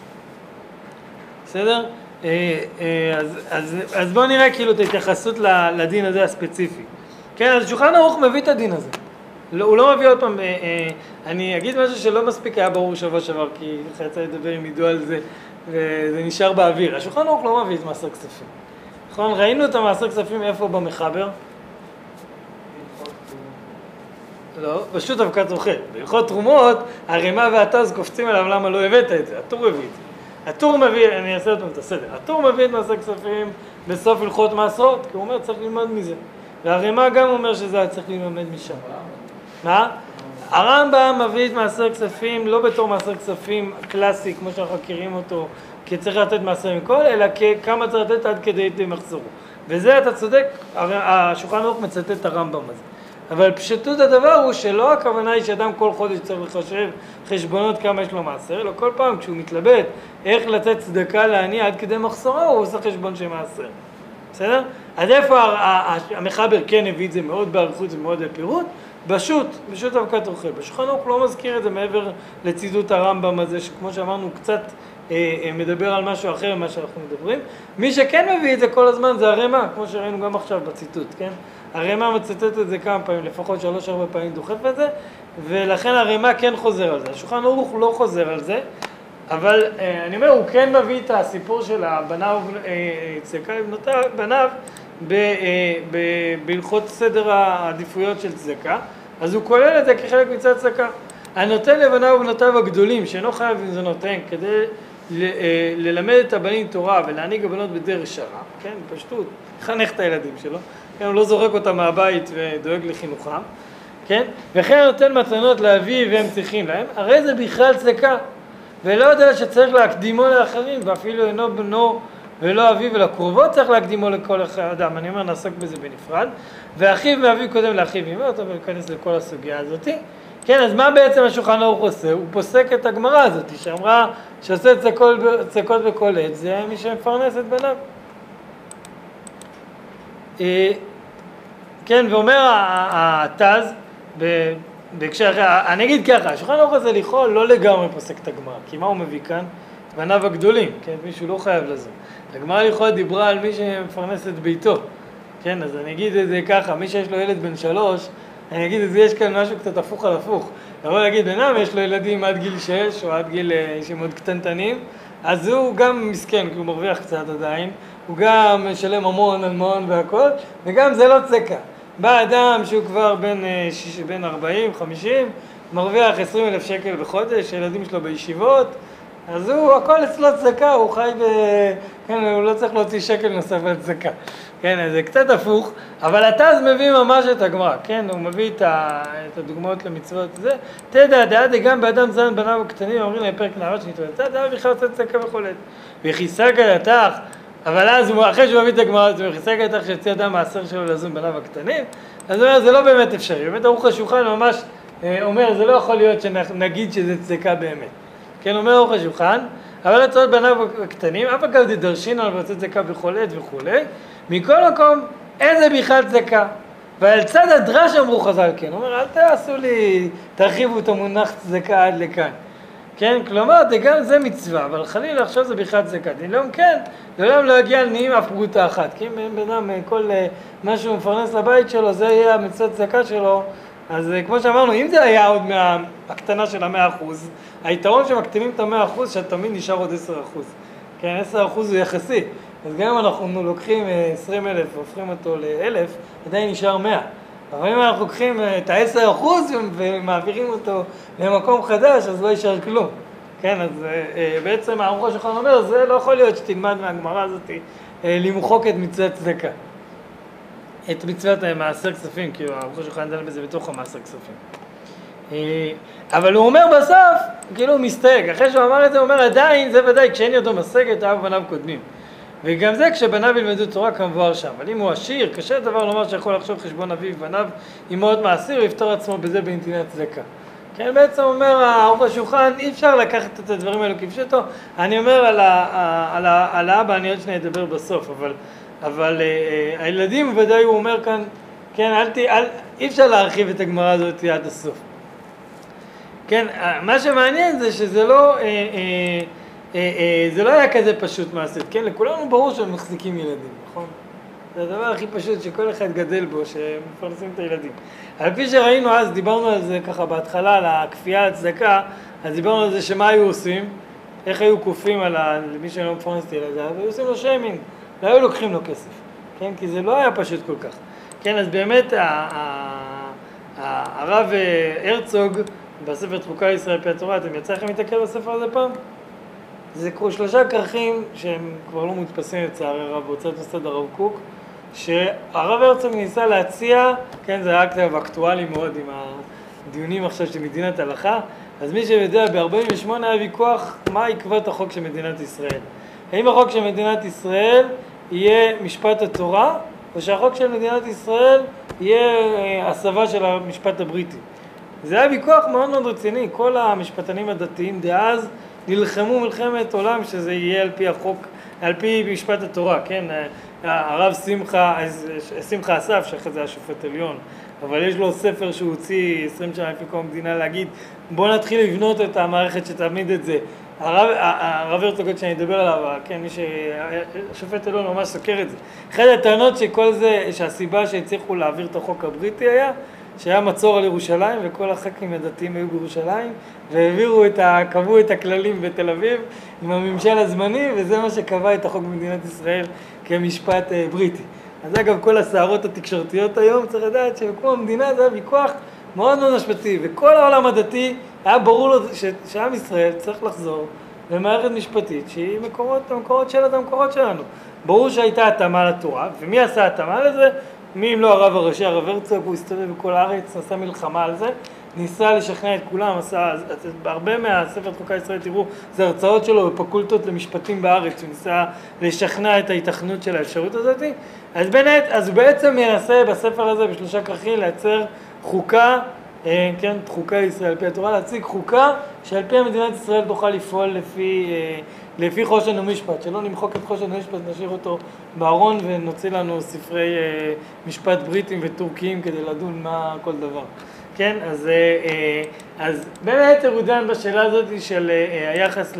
בסדר? אז, אז, אז בואו נראה כאילו את ההתייחסות לדין הזה הספציפי. כן, אז שולחן ערוך מביא את הדין הזה. לא, הוא לא מביא עוד פעם, אה, אה, אני אגיד משהו שלא מספיק היה ברור שבוע שעבר, כי לך יצא לדבר עם עידו על זה, וזה נשאר באוויר. השולחן ערוך לא מביא את מעשר כספים. נכון, ראינו את המעשר כספים איפה במחבר? לא, פשוט אבקת אוכל. בהלכות תרומות, הרמ"א והתז קופצים עליו למה לא הבאת את זה, הטור הביא את זה. הטור מביא, אני אעשה אותו את הסדר, הטור מביא את מעשר כספים בסוף הלכות מעשרות, כי הוא אומר צריך ללמוד מזה. והרמ"א גם אומר שזה היה צריך ללמד משם. מה? הרמב"ם מביא את מעשר כספים לא בתור מעשר כספים קלאסי, כמו שאנחנו מכירים אותו, כי צריך לתת מעשר מכל, אלא כמה צריך לתת עד כדי מחזור. וזה אתה צודק, השולחן ערוך מצטט את הרמב"ם הזה. אבל פשטות הדבר הוא שלא הכוונה היא שאדם כל חודש צריך לחשב חשבונות כמה יש לו מעשר, אלא כל פעם כשהוא מתלבט איך לתת צדקה לעני עד כדי מחסורו, הוא עושה חשבון של מעשר. בסדר? אז איפה המחבר כן הביא את זה מאוד באריכות ומאוד בפירוט? בשו"ת, בשו"ת אבקת אוכל. בשולחן ערוך לא מזכיר את זה מעבר לצידות הרמב"ם הזה, שכמו שאמרנו קצת אה, מדבר על משהו אחר ממה שאנחנו מדברים. מי שכן מביא את זה כל הזמן זה הרמ"א, כמו שראינו גם עכשיו בציטוט, כן? הרמ"א מצטט את זה כמה פעמים, לפחות שלוש ארבע פעמים דוחף את זה, ולכן הרמ"א כן חוזר על זה. השולחן ערוך לא חוזר על זה, אבל אה, אני אומר, הוא כן מביא את הסיפור של הבניו, צדקה לבנותיו, בניו, בהלכות סדר העדיפויות של צדקה, אז הוא כולל את זה כחלק מצד צדקה. הנותן לבניו ובנותיו הגדולים, שאינו חייב אם זה נותן, כדי ללמד את הבנים תורה ולהנהיג הבנות בדרך שרה, כן, פשטות, חנך את הילדים שלו, כן, הוא לא זורק אותם מהבית ודואג לחינוכם, כן, וכן נותן מתנות לאביו והם צריכים להם, הרי זה בכלל צדקה, ולא יודע שצריך להקדימו לאחרים, ואפילו אינו בנו ולא אביו ולקרובו צריך להקדימו לכל אדם, אני אומר נעסוק בזה בנפרד, ואחיו מאביו קודם לאחיו אמא, אתה ולהיכנס לכל הסוגיה הזאת, כן, אז מה בעצם השולחן ערוך עושה? הוא פוסק את הגמרא הזאת, שאמרה שעושה צדקות בכל עת, זה מי שמפרנס את בניו. כן, ואומר התז, בהקשר אחר, אני אגיד ככה, השולחן ערוך הזה לכאורה לא לגמרי פוסק את הגמרא, כי מה הוא מביא כאן? בניו הגדולים, כן, מישהו לא חייב לזה. הגמרא לכאורה דיברה על מי שמפרנס את ביתו, כן, אז אני אגיד את זה ככה, מי שיש לו ילד בן שלוש, אני אגיד את זה, יש כאן משהו קצת הפוך על הפוך. לבוא להגיד, בנם יש לו ילדים עד גיל שש, או עד גיל שהם עוד קטנטנים, אז הוא גם מסכן, כי הוא מרוויח קצת עדיין, הוא גם משלם המון על מעון והכל, וגם זה לא צדקה. בא אדם שהוא כבר בין, בין ארבעים חמישים, מרוויח עשרים אלף שקל בחודש, הילדים שלו בישיבות, אז הוא, הכל אצלו צדקה, הוא חי ב... כן, הוא לא צריך להוציא שקל נוסף על צדקה. כן, זה קצת הפוך, אבל התז מביא ממש את הגמרא, כן, הוא מביא את, ה... את הדוגמאות למצוות זה. תדע, דעתי גם באדם זן בניו הקטנים, אומרים להם פרק נערות שנתראה, תדע, בכלל עושה צדקה בכל עת. וכיסה גדתך, אבל אז הוא, אחרי שהוא מביא את הגמרא, וכיסה גדתך שיוצא אדם מעשר שלו לזון בניו הקטנים, אז הוא אומר, זה לא באמת אפשרי. באמת ערוך השולחן ממש אומר, זה לא יכול להיות שנגיד שזה צדקה באמת. כן, אומר ערוך השולחן, אבל הצעות בניו הקטנים, אף אגב דרשין על ועושה צדקה בכל עת וכולי, מכל מקום, איזה בכלל צדקה. ועל צד הדרש אמרו חז"ל, כן, הוא אומר, אל תעשו לי, תרחיבו את המונח צדקה עד לכאן. כן, כלומר, גם זה מצווה, אבל חלילה עכשיו זה בכלל צדקה. דילום כן, לעולם לא יגיע לנהיים אף פרוטה אחת, כי אם בן אדם כל מה שהוא מפרנס לבית שלו, זה יהיה המצוות צדקה שלו, אז כמו שאמרנו, אם זה היה עוד מהקטנה של המאה אחוז, היתרון שמקטינים את המאה אחוז, שהתמיד נשאר עוד עשר אחוז. כן, עשר אחוז הוא יחסי. אז גם אם אנחנו לוקחים עשרים אלף והופכים אותו לאלף, עדיין נשאר מאה. אבל אם אנחנו לוקחים את ה-עשר אחוז ומעבירים אותו למקום חדש, אז לא יישאר כלום. כן, אז בעצם הערוך השולחן אומר, זה לא יכול להיות שתלמד מהגמרא הזאת למחוק את מצוות צדקה. את מצוות מעשר כספים, כי הערוך השולחן דן בזה בתוך המעשר כספים. אבל הוא אומר בסוף, כאילו הוא מסתייג. אחרי שהוא אמר את זה, הוא אומר עדיין, זה ודאי, כשאין ידו משגת, אב ובניו קודמים. וגם זה כשבניו ילמדו תורה כמבואר שם. אבל אם הוא עשיר, קשה דבר לומר שיכול לחשוב חשבון אביו ובניו עם מאוד מעשיר, הוא יפתור עצמו בזה בנתינת צדקה. כן, בעצם אומר הערוך השולחן, אי אפשר לקחת את הדברים האלו כפשוטו. אני אומר על, ה, על, ה, על האבא, אני עוד שניה אדבר בסוף, אבל, אבל אה, הילדים ודאי הוא אומר כאן, כן, אל ת, אל, אי אפשר להרחיב את הגמרא הזאת עד הסוף. כן, מה שמעניין זה שזה לא... אה, אה, זה לא היה כזה פשוט מעשית, כן? לכולנו ברור שהם מחזיקים ילדים, נכון? זה הדבר הכי פשוט שכל אחד גדל בו, שמפרנסים את הילדים. על פי שראינו אז, דיברנו על זה ככה בהתחלה, על הכפייה, הצדקה, אז דיברנו על זה שמה היו עושים, איך היו כופים על מי שלא מפרנס את ילדיו, והיו עושים לו שיימינג, לא היו לוקחים לו כסף, כן? כי זה לא היה פשוט כל כך. כן, אז באמת הרב הרצוג, בספר תחוקה לישראל על פי התורה, אתם יצא לכם להתקל בספר הזה פעם? זה שלושה כרכים שהם כבר לא מודפסים לצערי הרב, בהוצאת מסד הרב קוק, שהרב הרצוג ניסה להציע, כן, זה היה כתב אקטואלי מאוד עם הדיונים עכשיו של מדינת הלכה, אז מי שיודע, ב-ארבעים ושמונה היה ויכוח מה יקבע את החוק של מדינת ישראל. האם החוק של מדינת ישראל יהיה משפט התורה, או שהחוק של מדינת ישראל יהיה הסבה של המשפט הבריטי. זה היה ויכוח מאוד מאוד רציני, כל המשפטנים הדתיים דאז נלחמו מלחמת עולם שזה יהיה על פי החוק, על פי משפט התורה, כן? הרב שמחה, שמחה אסף, שאחרי זה היה שופט עליון, אבל יש לו ספר שהוא הוציא עשרים שנה לפי קום המדינה להגיד, בוא נתחיל לבנות את המערכת שתעמיד את זה. הרב, הרב הרצוג שאני אדבר עליו, כן, מי שהשופט עליון ממש סוקר את זה. אחת הטענות שכל זה, שהסיבה שהצליחו להעביר את החוק הבריטי היה, שהיה מצור על ירושלים וכל הח"כים הדתיים היו בירושלים והעבירו את ה... קבעו את הכללים בתל אביב עם הממשל הזמני וזה מה שקבע את החוק במדינת ישראל כמשפט אה, בריטי. אז אגב כל הסערות התקשורתיות היום צריך לדעת שבקום המדינה זה היה ויכוח מאוד מאוד משפטי וכל העולם הדתי היה ברור לו ש... שעם ישראל צריך לחזור למערכת משפטית שהיא מקורות, המקורות שלה, המקורות שלנו. ברור שהייתה התאמה לתורה ומי עשה התאמה לזה? מי אם לא הרב הראשי, הרב הרצוג, הוא הסתובב בכל הארץ, עשה מלחמה על זה, ניסה לשכנע את כולם, עשה, הרבה מהספר תחוקה ישראל, תראו, זה הרצאות שלו בפקולטות למשפטים בארץ, הוא ניסה לשכנע את ההיתכנות של האפשרות הזאת, אז, באמת, אז הוא בעצם ינסה בספר הזה, בשלושה כרכים, לייצר חוקה, אה, כן, חוקה ישראל על פי התורה, להציג חוקה שעל פי המדינת ישראל תוכל לפעול לפי, אה, לפי חושן ומשפט, שלא נמחוק את חושן ומשפט, נשאיר אותו בארון ונוציא לנו ספרי אה, משפט בריטים וטורקיים כדי לדון מה כל דבר. כן, אז, אה, אה, אז בין היתר הוא דן בשאלה הזאת של אה, היחס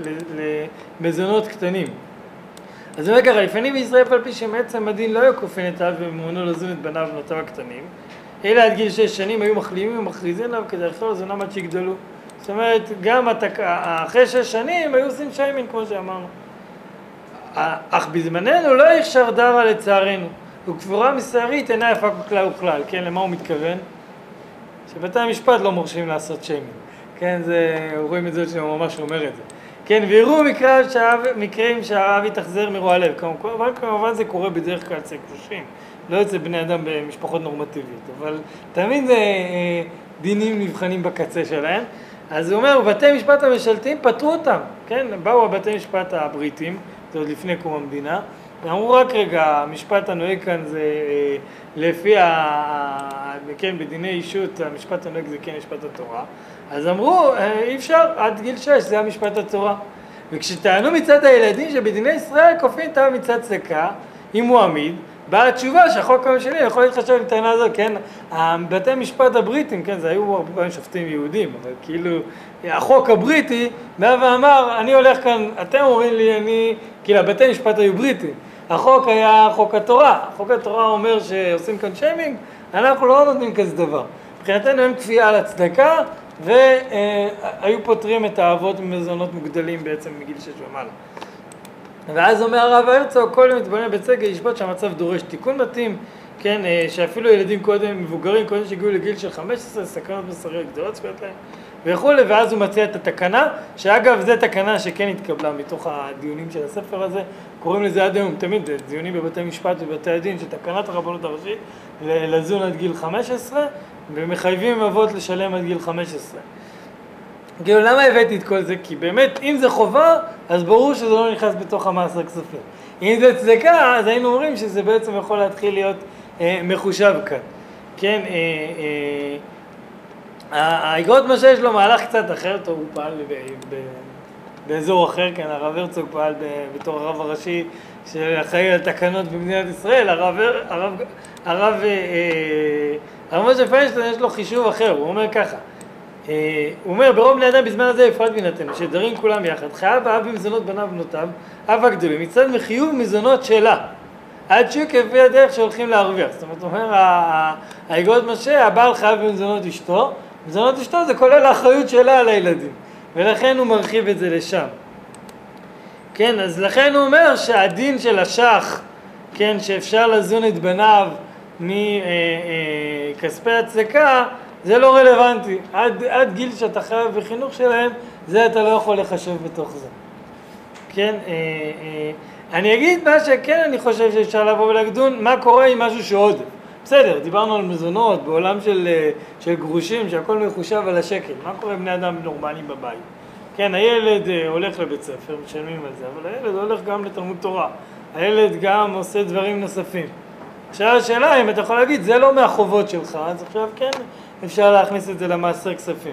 למזונות קטנים. אז הוא אומר ככה, לפנים בישראל על פי שמעצם הדין לא היו כופין את האב ומעונו לזון את בניו ובנותיו הקטנים, אלא עד גיל שש שנים היו מחלימים ומכריזים עליו כדי לחזור לזונם עד שיגדלו. זאת אומרת, גם התק... אחרי שש שנים היו עושים שיימינג, כמו שאמרנו. אך בזמננו לא אפשר דרה לצערנו, וכבורה מסערית אינה יפה כלל וכלל. כן, למה הוא מתכוון? שבתי המשפט לא מורשים לעשות שיימינג. כן, זה... רואים את זה שהוא ממש אומר את זה. כן, ויראו מקרה שהאב... מקרים שהאב יתחזר מרוע לב. כמובן, כמובן זה קורה בדרך כלל אצל קדושים. לא אצל בני אדם במשפחות נורמטיביות, אבל תמיד זה אה, דינים נבחנים בקצה שלהם. אז הוא אומר, בתי משפט הממשלתיים פתרו אותם, כן? באו הבתי משפט הבריטים, זה עוד לפני קום המדינה, ואמרו רק רגע, המשפט הנוהג כאן זה אה, לפי, ה... כן, בדיני אישות, המשפט הנוהג זה כן משפט התורה. אז אמרו, אה, אי אפשר, עד גיל שש, זה המשפט התורה. וכשטענו מצד הילדים שבדיני ישראל כופין טעם מצד צדקה, אם הוא עמיד, באה התשובה שהחוק המשלי יכול להתחשב עם טענה הזו, כן? בתי משפט הבריטים, כן, זה היו הרבה פעמים שופטים יהודים, אבל כאילו, החוק הבריטי בא ואמר, אני הולך כאן, אתם אומרים לי, אני, כאילו, הבתי משפט היו בריטים, החוק היה חוק התורה, חוק התורה אומר שעושים כאן שיימינג, אנחנו לא נותנים כזה דבר. מבחינתנו הם כפייה על הצדקה, והיו פותרים את האבות ממזונות מוגדלים בעצם מגיל שש ומעלה. ואז אומר הרב הרצוג, כל מתבונן בצדק ישפוט שהמצב דורש תיקון מתאים, כן, שאפילו ילדים קודם, מבוגרים קודם שהגיעו לגיל של חמש עשרה, סכנות מוסריות גדולות זכויות להם וכו', ואז הוא מציע את התקנה, שאגב זו תקנה שכן התקבלה מתוך הדיונים של הספר הזה, קוראים לזה עד היום, תמיד דיונים בבתי משפט ובבתי הדין, שתקנת הרבנות הראשית לזון עד גיל חמש עשרה, ומחייבים אבות לשלם עד גיל חמש עשרה. כאילו, למה הבאתי את כל זה? כי באמת, אם זה חובה, אז ברור שזה לא נכנס בתוך המעשר כספים. אם זה צדקה, אז היינו אומרים שזה בעצם יכול להתחיל להיות אה, מחושב כאן. כן, אה, אה, האגרות משה יש לו מהלך קצת אחר, טוב, הוא פעל ב, ב, באזור אחר, כן, הרב הרצוג פעל ב, בתור הרב הראשי שאחראי על תקנות במדינת ישראל, הרב, הרב, הרב, אה, הרב משה פיינשטיין יש לו חישוב אחר, הוא אומר ככה, הוא אומר, ברוב בני אדם בזמן הזה יפרד בינתנו, שדרים כולם יחד, חייב האב במזונות בניו ובנותיו, אב הגדולים, מצד מחיוב מזונות שלה, עד שהוא כפי הדרך שהולכים להרוויח. זאת אומרת, הוא אומר, האגרות משה, הבעל חייב במזונות אשתו, מזונות אשתו זה כולל האחריות שלה על הילדים, ולכן הוא מרחיב את זה לשם. כן, אז לכן הוא אומר שהדין של השח, כן, שאפשר לזון את בניו, מכספי הצדקה, זה לא רלוונטי. עד, עד גיל שאתה חייב בחינוך שלהם, זה אתה לא יכול לחשב בתוך זה. כן, אה, אה, אני אגיד מה שכן אני חושב שאפשר לבוא ולגדון, מה קורה עם משהו שעוד. בסדר, דיברנו על מזונות, בעולם של, של גרושים, שהכל מחושב על השקל. מה קורה עם בני אדם נורמליים בבית? כן, הילד הולך לבית ספר, משלמים על זה, אבל הילד הולך גם לתלמוד תורה. הילד גם עושה דברים נוספים. עכשיו השאלה, אם אתה יכול להגיד, זה לא מהחובות שלך, אז עכשיו כן, אפשר להכניס את זה למעשר כספים.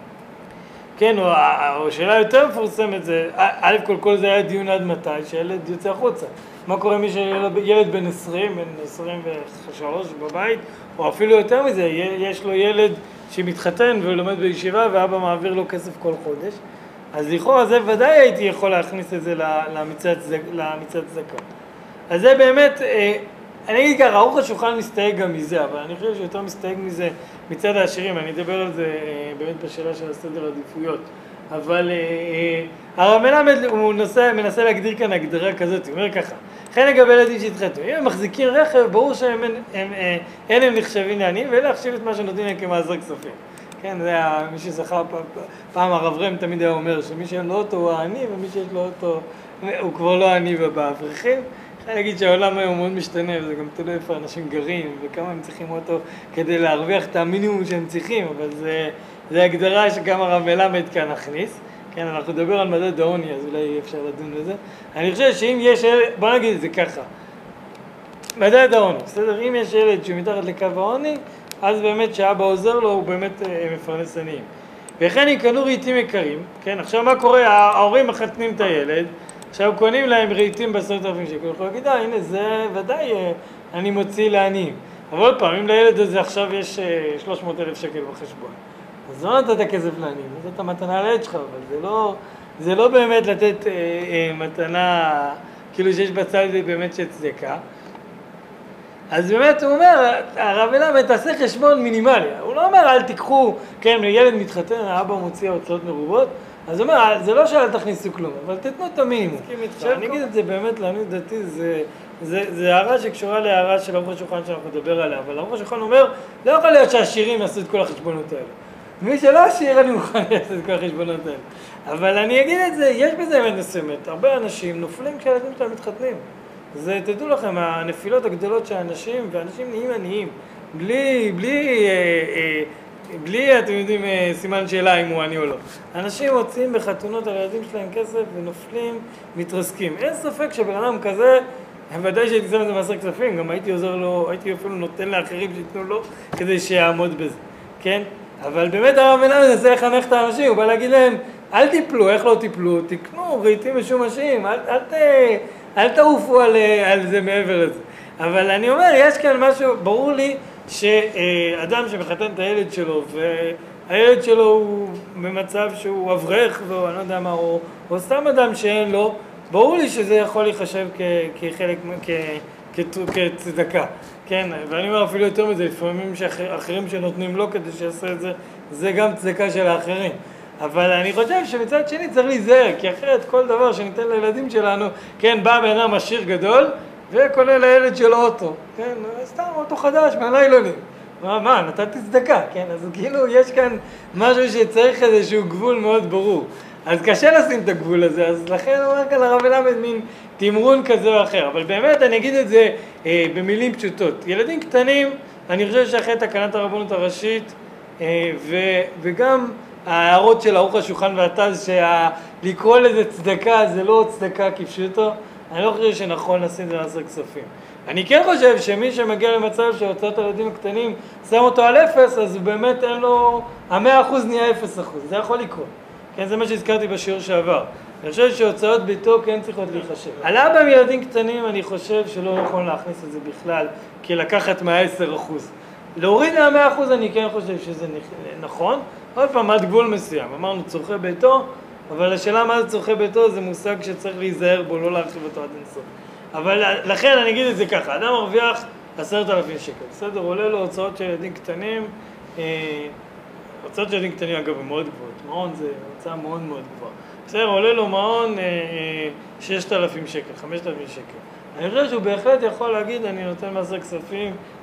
כן, או, או שאלה יותר מפורסמת זה, א' כל כל זה היה דיון עד מתי, שילד יוצא החוצה. מה קורה מי שילד בן עשרים, בן עשרים ושלוש בבית, או אפילו יותר מזה, יש לו ילד שמתחתן ולומד בישיבה ואבא מעביר לו כסף כל חודש, אז לכאורה זה ודאי הייתי יכול להכניס את זה למצוות צדקה. אז זה באמת, אני אגיד ככה, ארוך השולחן מסתייג גם מזה, אבל אני חושב שיותר מסתייג מזה מצד העשירים, אני אדבר על זה באמת בשאלה של הסדר העדיפויות. אבל הרב מלמד הוא מנסה, מנסה להגדיר כאן הגדרה כזאת, הוא אומר ככה, לכן לגבי ילדים שהתחתנו, אם הם מחזיקים רכב, ברור שהם הם, הם, אין הם נחשבים לעניים, ולהחשיב את מה שנותנים להם כמעשר כספים. כן, זה היה, מי שזכר פעם, פעם הרב רם תמיד היה אומר שמי שאין לו אוטו הוא העני, ומי שיש לו אוטו הוא כבר לא עני באברכים. אני להגיד שהעולם היום מאוד משתנה, וזה גם תלוי איפה אנשים גרים, וכמה הם צריכים אוטו כדי להרוויח את המינימום שהם צריכים, אבל זה, זה הגדרה שגם הרב מלמד כאן הכניס. כן, אנחנו נדבר על מדד העוני, אז אולי אפשר לדון בזה. אני חושב שאם יש ילד, בוא נגיד את זה ככה, מדד העוני, בסדר? אם יש ילד שמתחת לקו העוני, אז באמת שאבא עוזר לו, הוא באמת מפרנס עניים. וכן יקנו רהיטים יקרים, כן? עכשיו מה קורה? ההורים מחתנים את הילד, עכשיו קונים להם רהיטים בעשרת אלפים שקל, הוא יכול להגיד, אה, הנה זה ודאי אני מוציא לעניים. אבל עוד פעם, אם לילד הזה עכשיו יש שלוש מאות אלף שקל בחשבון, אז לא נתת כסף לעניים, זאת המתנה לילד שלך, אבל זה לא, זה לא באמת לתת אה, אה, מתנה, כאילו שיש בצד באמת של צדקה. אז באמת הוא אומר, הרב מלמד תעשה חשבון מינימלי, הוא לא אומר אל תיקחו, כן, ילד מתחתן, האבא מוציא הוצאות מרובות, אז הוא אומר, זה לא שאל תכניסו כלום, אבל תתנו את המינימום. אני אגיד את זה באמת, לעניות דעתי, זה, זה, זה הערה שקשורה להערה של ארוך השולחן שאנחנו נדבר עליה, אבל ארוך השולחן אומר, לא יכול להיות שהעשירים יעשו את כל החשבונות האלה. מי שלא עשיר אני מוכן לעשות את כל החשבונות האלה. אבל אני אגיד את זה, יש בזה אמת מסוימת, הרבה אנשים נופלים כשהילדים שלהם מתחתנים. זה, תדעו לכם, הנפילות הגדולות של האנשים, ואנשים נהיים עניים, בלי, בלי, אה, אה, בלי, אתם יודעים, אה, סימן שאלה אם הוא עני או לא. אנשים מוצאים בחתונות על הילדים שלהם כסף ונופלים, מתרסקים. אין ספק שבן אדם כזה, ודאי שהייתי שם את זה מעשר כספים, גם הייתי עוזר לו, הייתי אפילו נותן לאחרים שיתנו לו, כדי שיעמוד בזה, כן? אבל באמת הרב מלמד מנסה לחנך את האנשים, הוא בא להגיד להם, אל תיפלו, איך לא תיפלו? תקנו רהיטים משומשים, אל, אל, ת, אל תעופו על, על זה מעבר לזה. אבל אני אומר, יש כאן משהו, ברור לי שאדם שמחתן את הילד שלו, והילד שלו הוא במצב שהוא אברך, ואני לא יודע מה, או, או סתם אדם שאין לו, ברור לי שזה יכול להיחשב כ, כחלק, כ, כ, כצדקה. כן, ואני אומר אפילו יותר מזה, לפעמים שאחרים שנותנים לו כדי שיעשה את זה, זה גם צדקה של האחרים. אבל אני חושב שמצד שני צריך להיזהר, כי אחרת כל דבר שניתן לילדים שלנו, כן, בא בן אדם עשיר גדול, וקונה לילד שלו אוטו, כן, סתם אוטו חדש, מהליילונים. מה, מה, נתתי צדקה, כן, אז כאילו יש כאן משהו שצריך איזשהו גבול מאוד ברור. אז קשה לשים את הגבול הזה, אז לכן אומר כאן הרב מלמד מין תמרון כזה או אחר. אבל באמת אני אגיד את זה אה, במילים פשוטות. ילדים קטנים, אני חושב שאחרי תקנת הרבנות הראשית, אה, ו, וגם ההערות של ארוך השולחן והתז, שלקרוא לזה צדקה זה לא צדקה כפשוטו, אני לא חושב שנכון לשים את זה מעשר כספים. אני כן חושב שמי שמגיע למצב שהוצאות הילדים הקטנים שם אותו על אפס, אז באמת אין לו, המאה אחוז נהיה אפס אחוז, זה יכול לקרות. כן, זה מה שהזכרתי בשיעור שעבר. אני חושב שהוצאות ביתו כן צריכות להיחשב. על אבא עם ילדים קטנים אני חושב שלא נכון להכניס את זה בכלל, כי לקחת מה-עשרה אחוז. להוריד מה-מאה אחוז אני כן חושב שזה נכון. עוד פעם, עד גבול מסוים. אמרנו צורכי ביתו, אבל השאלה מה זה צורכי ביתו זה מושג שצריך להיזהר בו, לא להרחיב אותו עד אינסוף. אבל לכן אני אגיד את זה ככה, אדם מרוויח עשרת אלפים שקל, בסדר? עולה לו הוצאות של ילדים קטנים, אה, הוצאות של ילדים קטנים אגב הם מאוד גבוהות, מעון זה הוצאה מאוד מאוד גבוהה. בסדר, עולה לו מעון אה, אה, ששת אלפים שקל, חמשת אלפים שקל. אני חושב שהוא בהחלט יכול להגיד, אני נותן מעשר כספים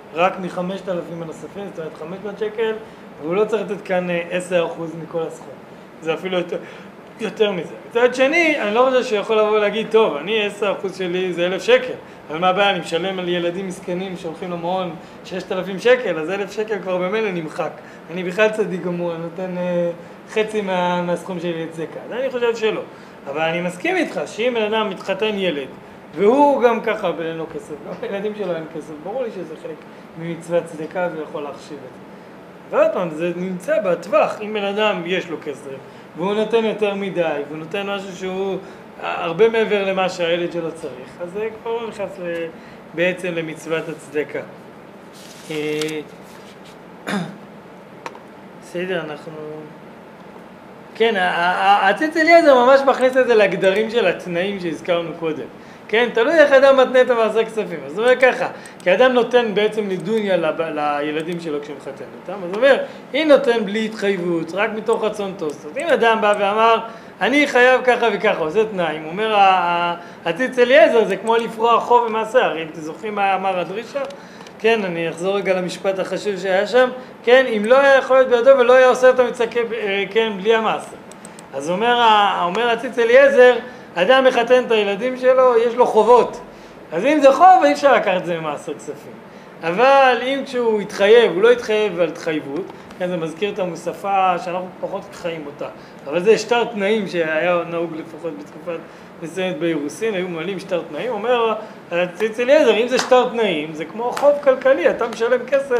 רק מ-חמשת אלפים הנוספים, זאת אומרת חמש מאות שקל, והוא לא צריך לתת כאן עשרה אחוז מכל הסכום. זה אפילו יותר, יותר מזה. מצד שני, אני לא חושב שיכול לבוא להגיד, טוב, אני עשרה אחוז שלי זה אלף שקל, אבל מה הבעיה, אני משלם על ילדים מסכנים שהולכים למעון ששת אלפים שקל, אז אלף שקל כבר במילא נמחק. אני בכלל צדיק גמור, אני נותן אה, חצי מה, מהסכום שלי לצדקה. אז אני חושב שלא. אבל אני מסכים איתך שאם בן אדם מתחתן ילד, והוא גם ככה אין לו כסף, גם הילדים שלו אין כסף, ברור לי שזה חלק ממצוות צדקה ויכול להחשיב את זה. ועוד פעם, זה נמצא בטווח, אם בן אדם יש לו כסף, והוא נותן יותר מדי, והוא נותן משהו שהוא הרבה מעבר למה שהילד שלו צריך, אז זה כבר לא נכנס בעצם למצוות הצדקה. בסדר, אנחנו... כן, הציץ אליעזר ממש מכניס את זה להגדרים של התנאים שהזכרנו קודם. כן, תלוי איך אדם מתנה את המעשר כספים. אז הוא אומר ככה, כי אדם נותן בעצם לדוניה לילדים שלו כשהוא מחתן אותם, אז הוא אומר, היא נותן בלי התחייבות, רק מתוך רצון טוב. זאת אומרת, אם אדם בא ואמר, אני חייב ככה וככה, עושה תנאים, הוא אומר, הציץ אליעזר זה כמו לפרוע חוב ומעשר, אם אתם זוכרים מה אמר הדרישה? כן, אני אחזור רגע למשפט החשוב שהיה שם, כן, אם לא היה יכול להיות בידו ולא היה עושה אותו מצקה, כן, בלי המעשר. אז אומר, אומר הציץ אליעזר, אדם מחתן את הילדים שלו, יש לו חובות. אז אם זה חוב, אי אפשר לקחת את זה ממעשר כספים. אבל אם כשהוא התחייב, הוא לא התחייב על התחייבות, כן, זה מזכיר את המוספה שאנחנו פחות חיים אותה. אבל זה שטר תנאים שהיה נהוג לפחות בתקופת מסוימת באירוסין, היו מעלים שטר תנאים. אומר הציץ אליעזר, אם זה שטר תנאים, זה כמו חוב כלכלי, אתה משלם כסף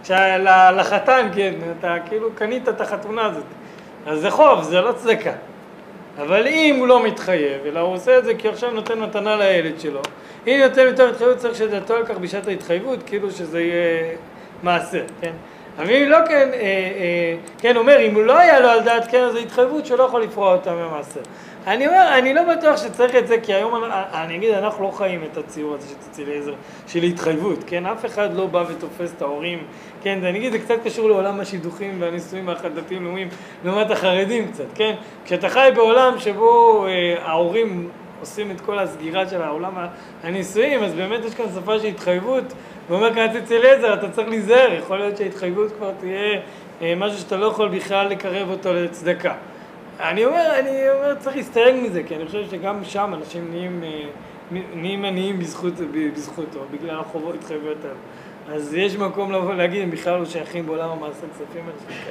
לחתן, כן, אתה כאילו קנית את החתונה הזאת. אז זה חוב, זה לא צדקה. אבל אם הוא לא מתחייב, אלא הוא עושה את זה כי עכשיו נותן מתנה לילד שלו, אם נותן יותר התחייבות צריך שדעתו על כך בשעת ההתחייבות, כאילו שזה יהיה מעשר, כן? אבל אם לא כן, אה, אה, כן אומר, אם הוא לא היה לו על דעת כן, אז ההתחייבות שלא יכול לפרוע אותה מהמעשר. אני אומר, אני לא בטוח שצריך את זה, כי היום, אני אגיד, אנחנו לא חיים את הציור הזה שתציל עזר של התחייבות, כן? אף אחד לא בא ותופס את ההורים, כן? אני אגיד, זה קצת קשור לעולם השידוכים והנישואים החדתיים לאומיים, לעומת החרדים קצת, כן? כשאתה חי בעולם שבו אה, ההורים עושים את כל הסגירה של העולם הנישואים, אז באמת יש כאן שפה של התחייבות, ואומר כאן תציל עזר, אתה צריך להיזהר, יכול להיות שההתחייבות כבר תהיה אה, משהו שאתה לא יכול בכלל לקרב אותו לצדקה. אני אומר, אני אומר, צריך להסתייג מזה, כי אני חושב שגם שם אנשים נהיים, נהיים עניים בזכות, בזכותו, בגלל החובות התחייבויות האלה. אז יש מקום לבוא להגיד, הם בכלל לא שייכים בעולם המעשר כספים,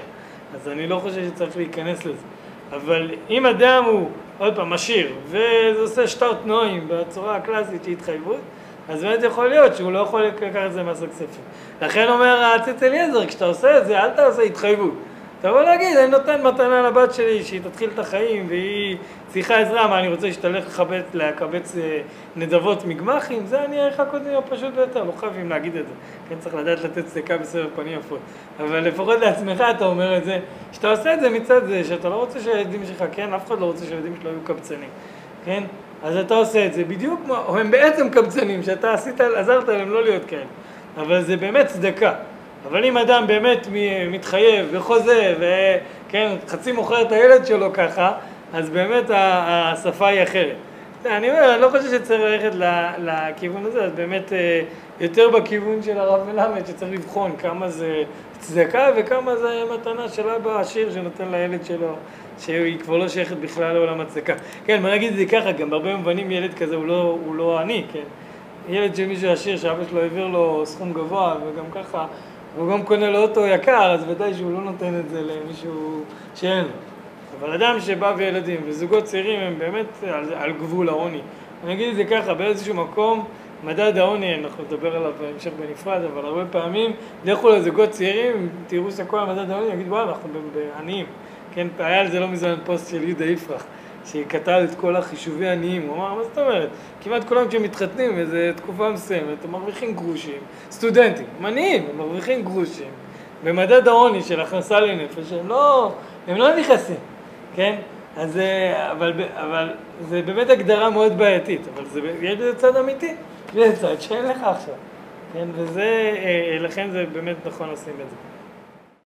אז אני לא חושב שצריך להיכנס לזה. אבל אם אדם הוא, עוד פעם, משאיר, וזה עושה שטר תנועים בצורה הקלאסית של התחייבות, אז באמת יכול להיות שהוא לא יכול לקחת את זה מעשר כספים. לכן אומר הציץ אליעזר, כשאתה עושה את זה, אל תעשה התחייבות. תבוא להגיד, אני נותן מתנה לבת שלי שהיא תתחיל את החיים והיא צריכה עזרה, מה אני רוצה שתלך לחבץ, לקבץ נדבות מגמחים, זה אני אערך קודם פשוט ביותר, לא חייבים להגיד את זה, כן צריך לדעת לתת צדקה בסבב פנים יפות, אבל לפחות לעצמך אתה אומר את זה, שאתה עושה את זה מצד זה, שאתה לא רוצה שהילדים שלך, כן, אף אחד לא רוצה שהילדים שלו יהיו קבצנים, כן, אז אתה עושה את זה בדיוק, או הם בעצם קבצנים, שאתה עשית, עזרת להם לא להיות כאלה, אבל זה באמת צדקה. אבל אם אדם באמת מתחייב וחוזה וכן, חצי מוכר את הילד שלו ככה, אז באמת השפה היא אחרת. אני אומר, אני לא חושב שצריך ללכת לכיוון הזה, אז באמת יותר בכיוון של הרב מלמד שצריך לבחון כמה זה צדקה וכמה זה מתנה של אבא עשיר שנותן לילד שלו, שהיא כבר לא שייכת בכלל לעולם הצדקה. כן, מה נגיד את זה ככה, גם בהרבה מובנים ילד כזה הוא לא, הוא לא עני, כן? ילד של מישהו עשיר שאבא שלו העביר לו סכום גבוה וגם ככה, הוא גם קונה לו אוטו יקר, אז ודאי שהוא לא נותן את זה למישהו שאין לו. אבל אדם שבא וילדים וזוגות צעירים הם באמת על, על גבול העוני. אני אגיד את זה ככה, באיזשהו מקום, מדד העוני, אנחנו נדבר עליו בהמשך בנפרד, אבל הרבה פעמים, לכו לזוגות צעירים, תראו שכל המדד העוני, יגיד, וואו, אנחנו בעניים. כן, היה על זה לא מזמן פוסט של יהודה יפרח, שכתב את כל החישובי העניים. הוא אמר, מה זאת אומרת? כמעט כולם כשמתחתנים איזו תקופה מסוימת, הם מרוויחים גרושים, סטודנטים, עניים, הם מרוויחים גרושים, במדד העוני של הכנסה לנפש, הם לא, הם לא נכנסים, כן? אז, אבל, אבל זה באמת הגדרה מאוד בעייתית, אבל זה, יש בזה צד אמיתי, יש בזה צד שאין לך עכשיו, כן? וזה, לכן זה באמת נכון לשים את זה.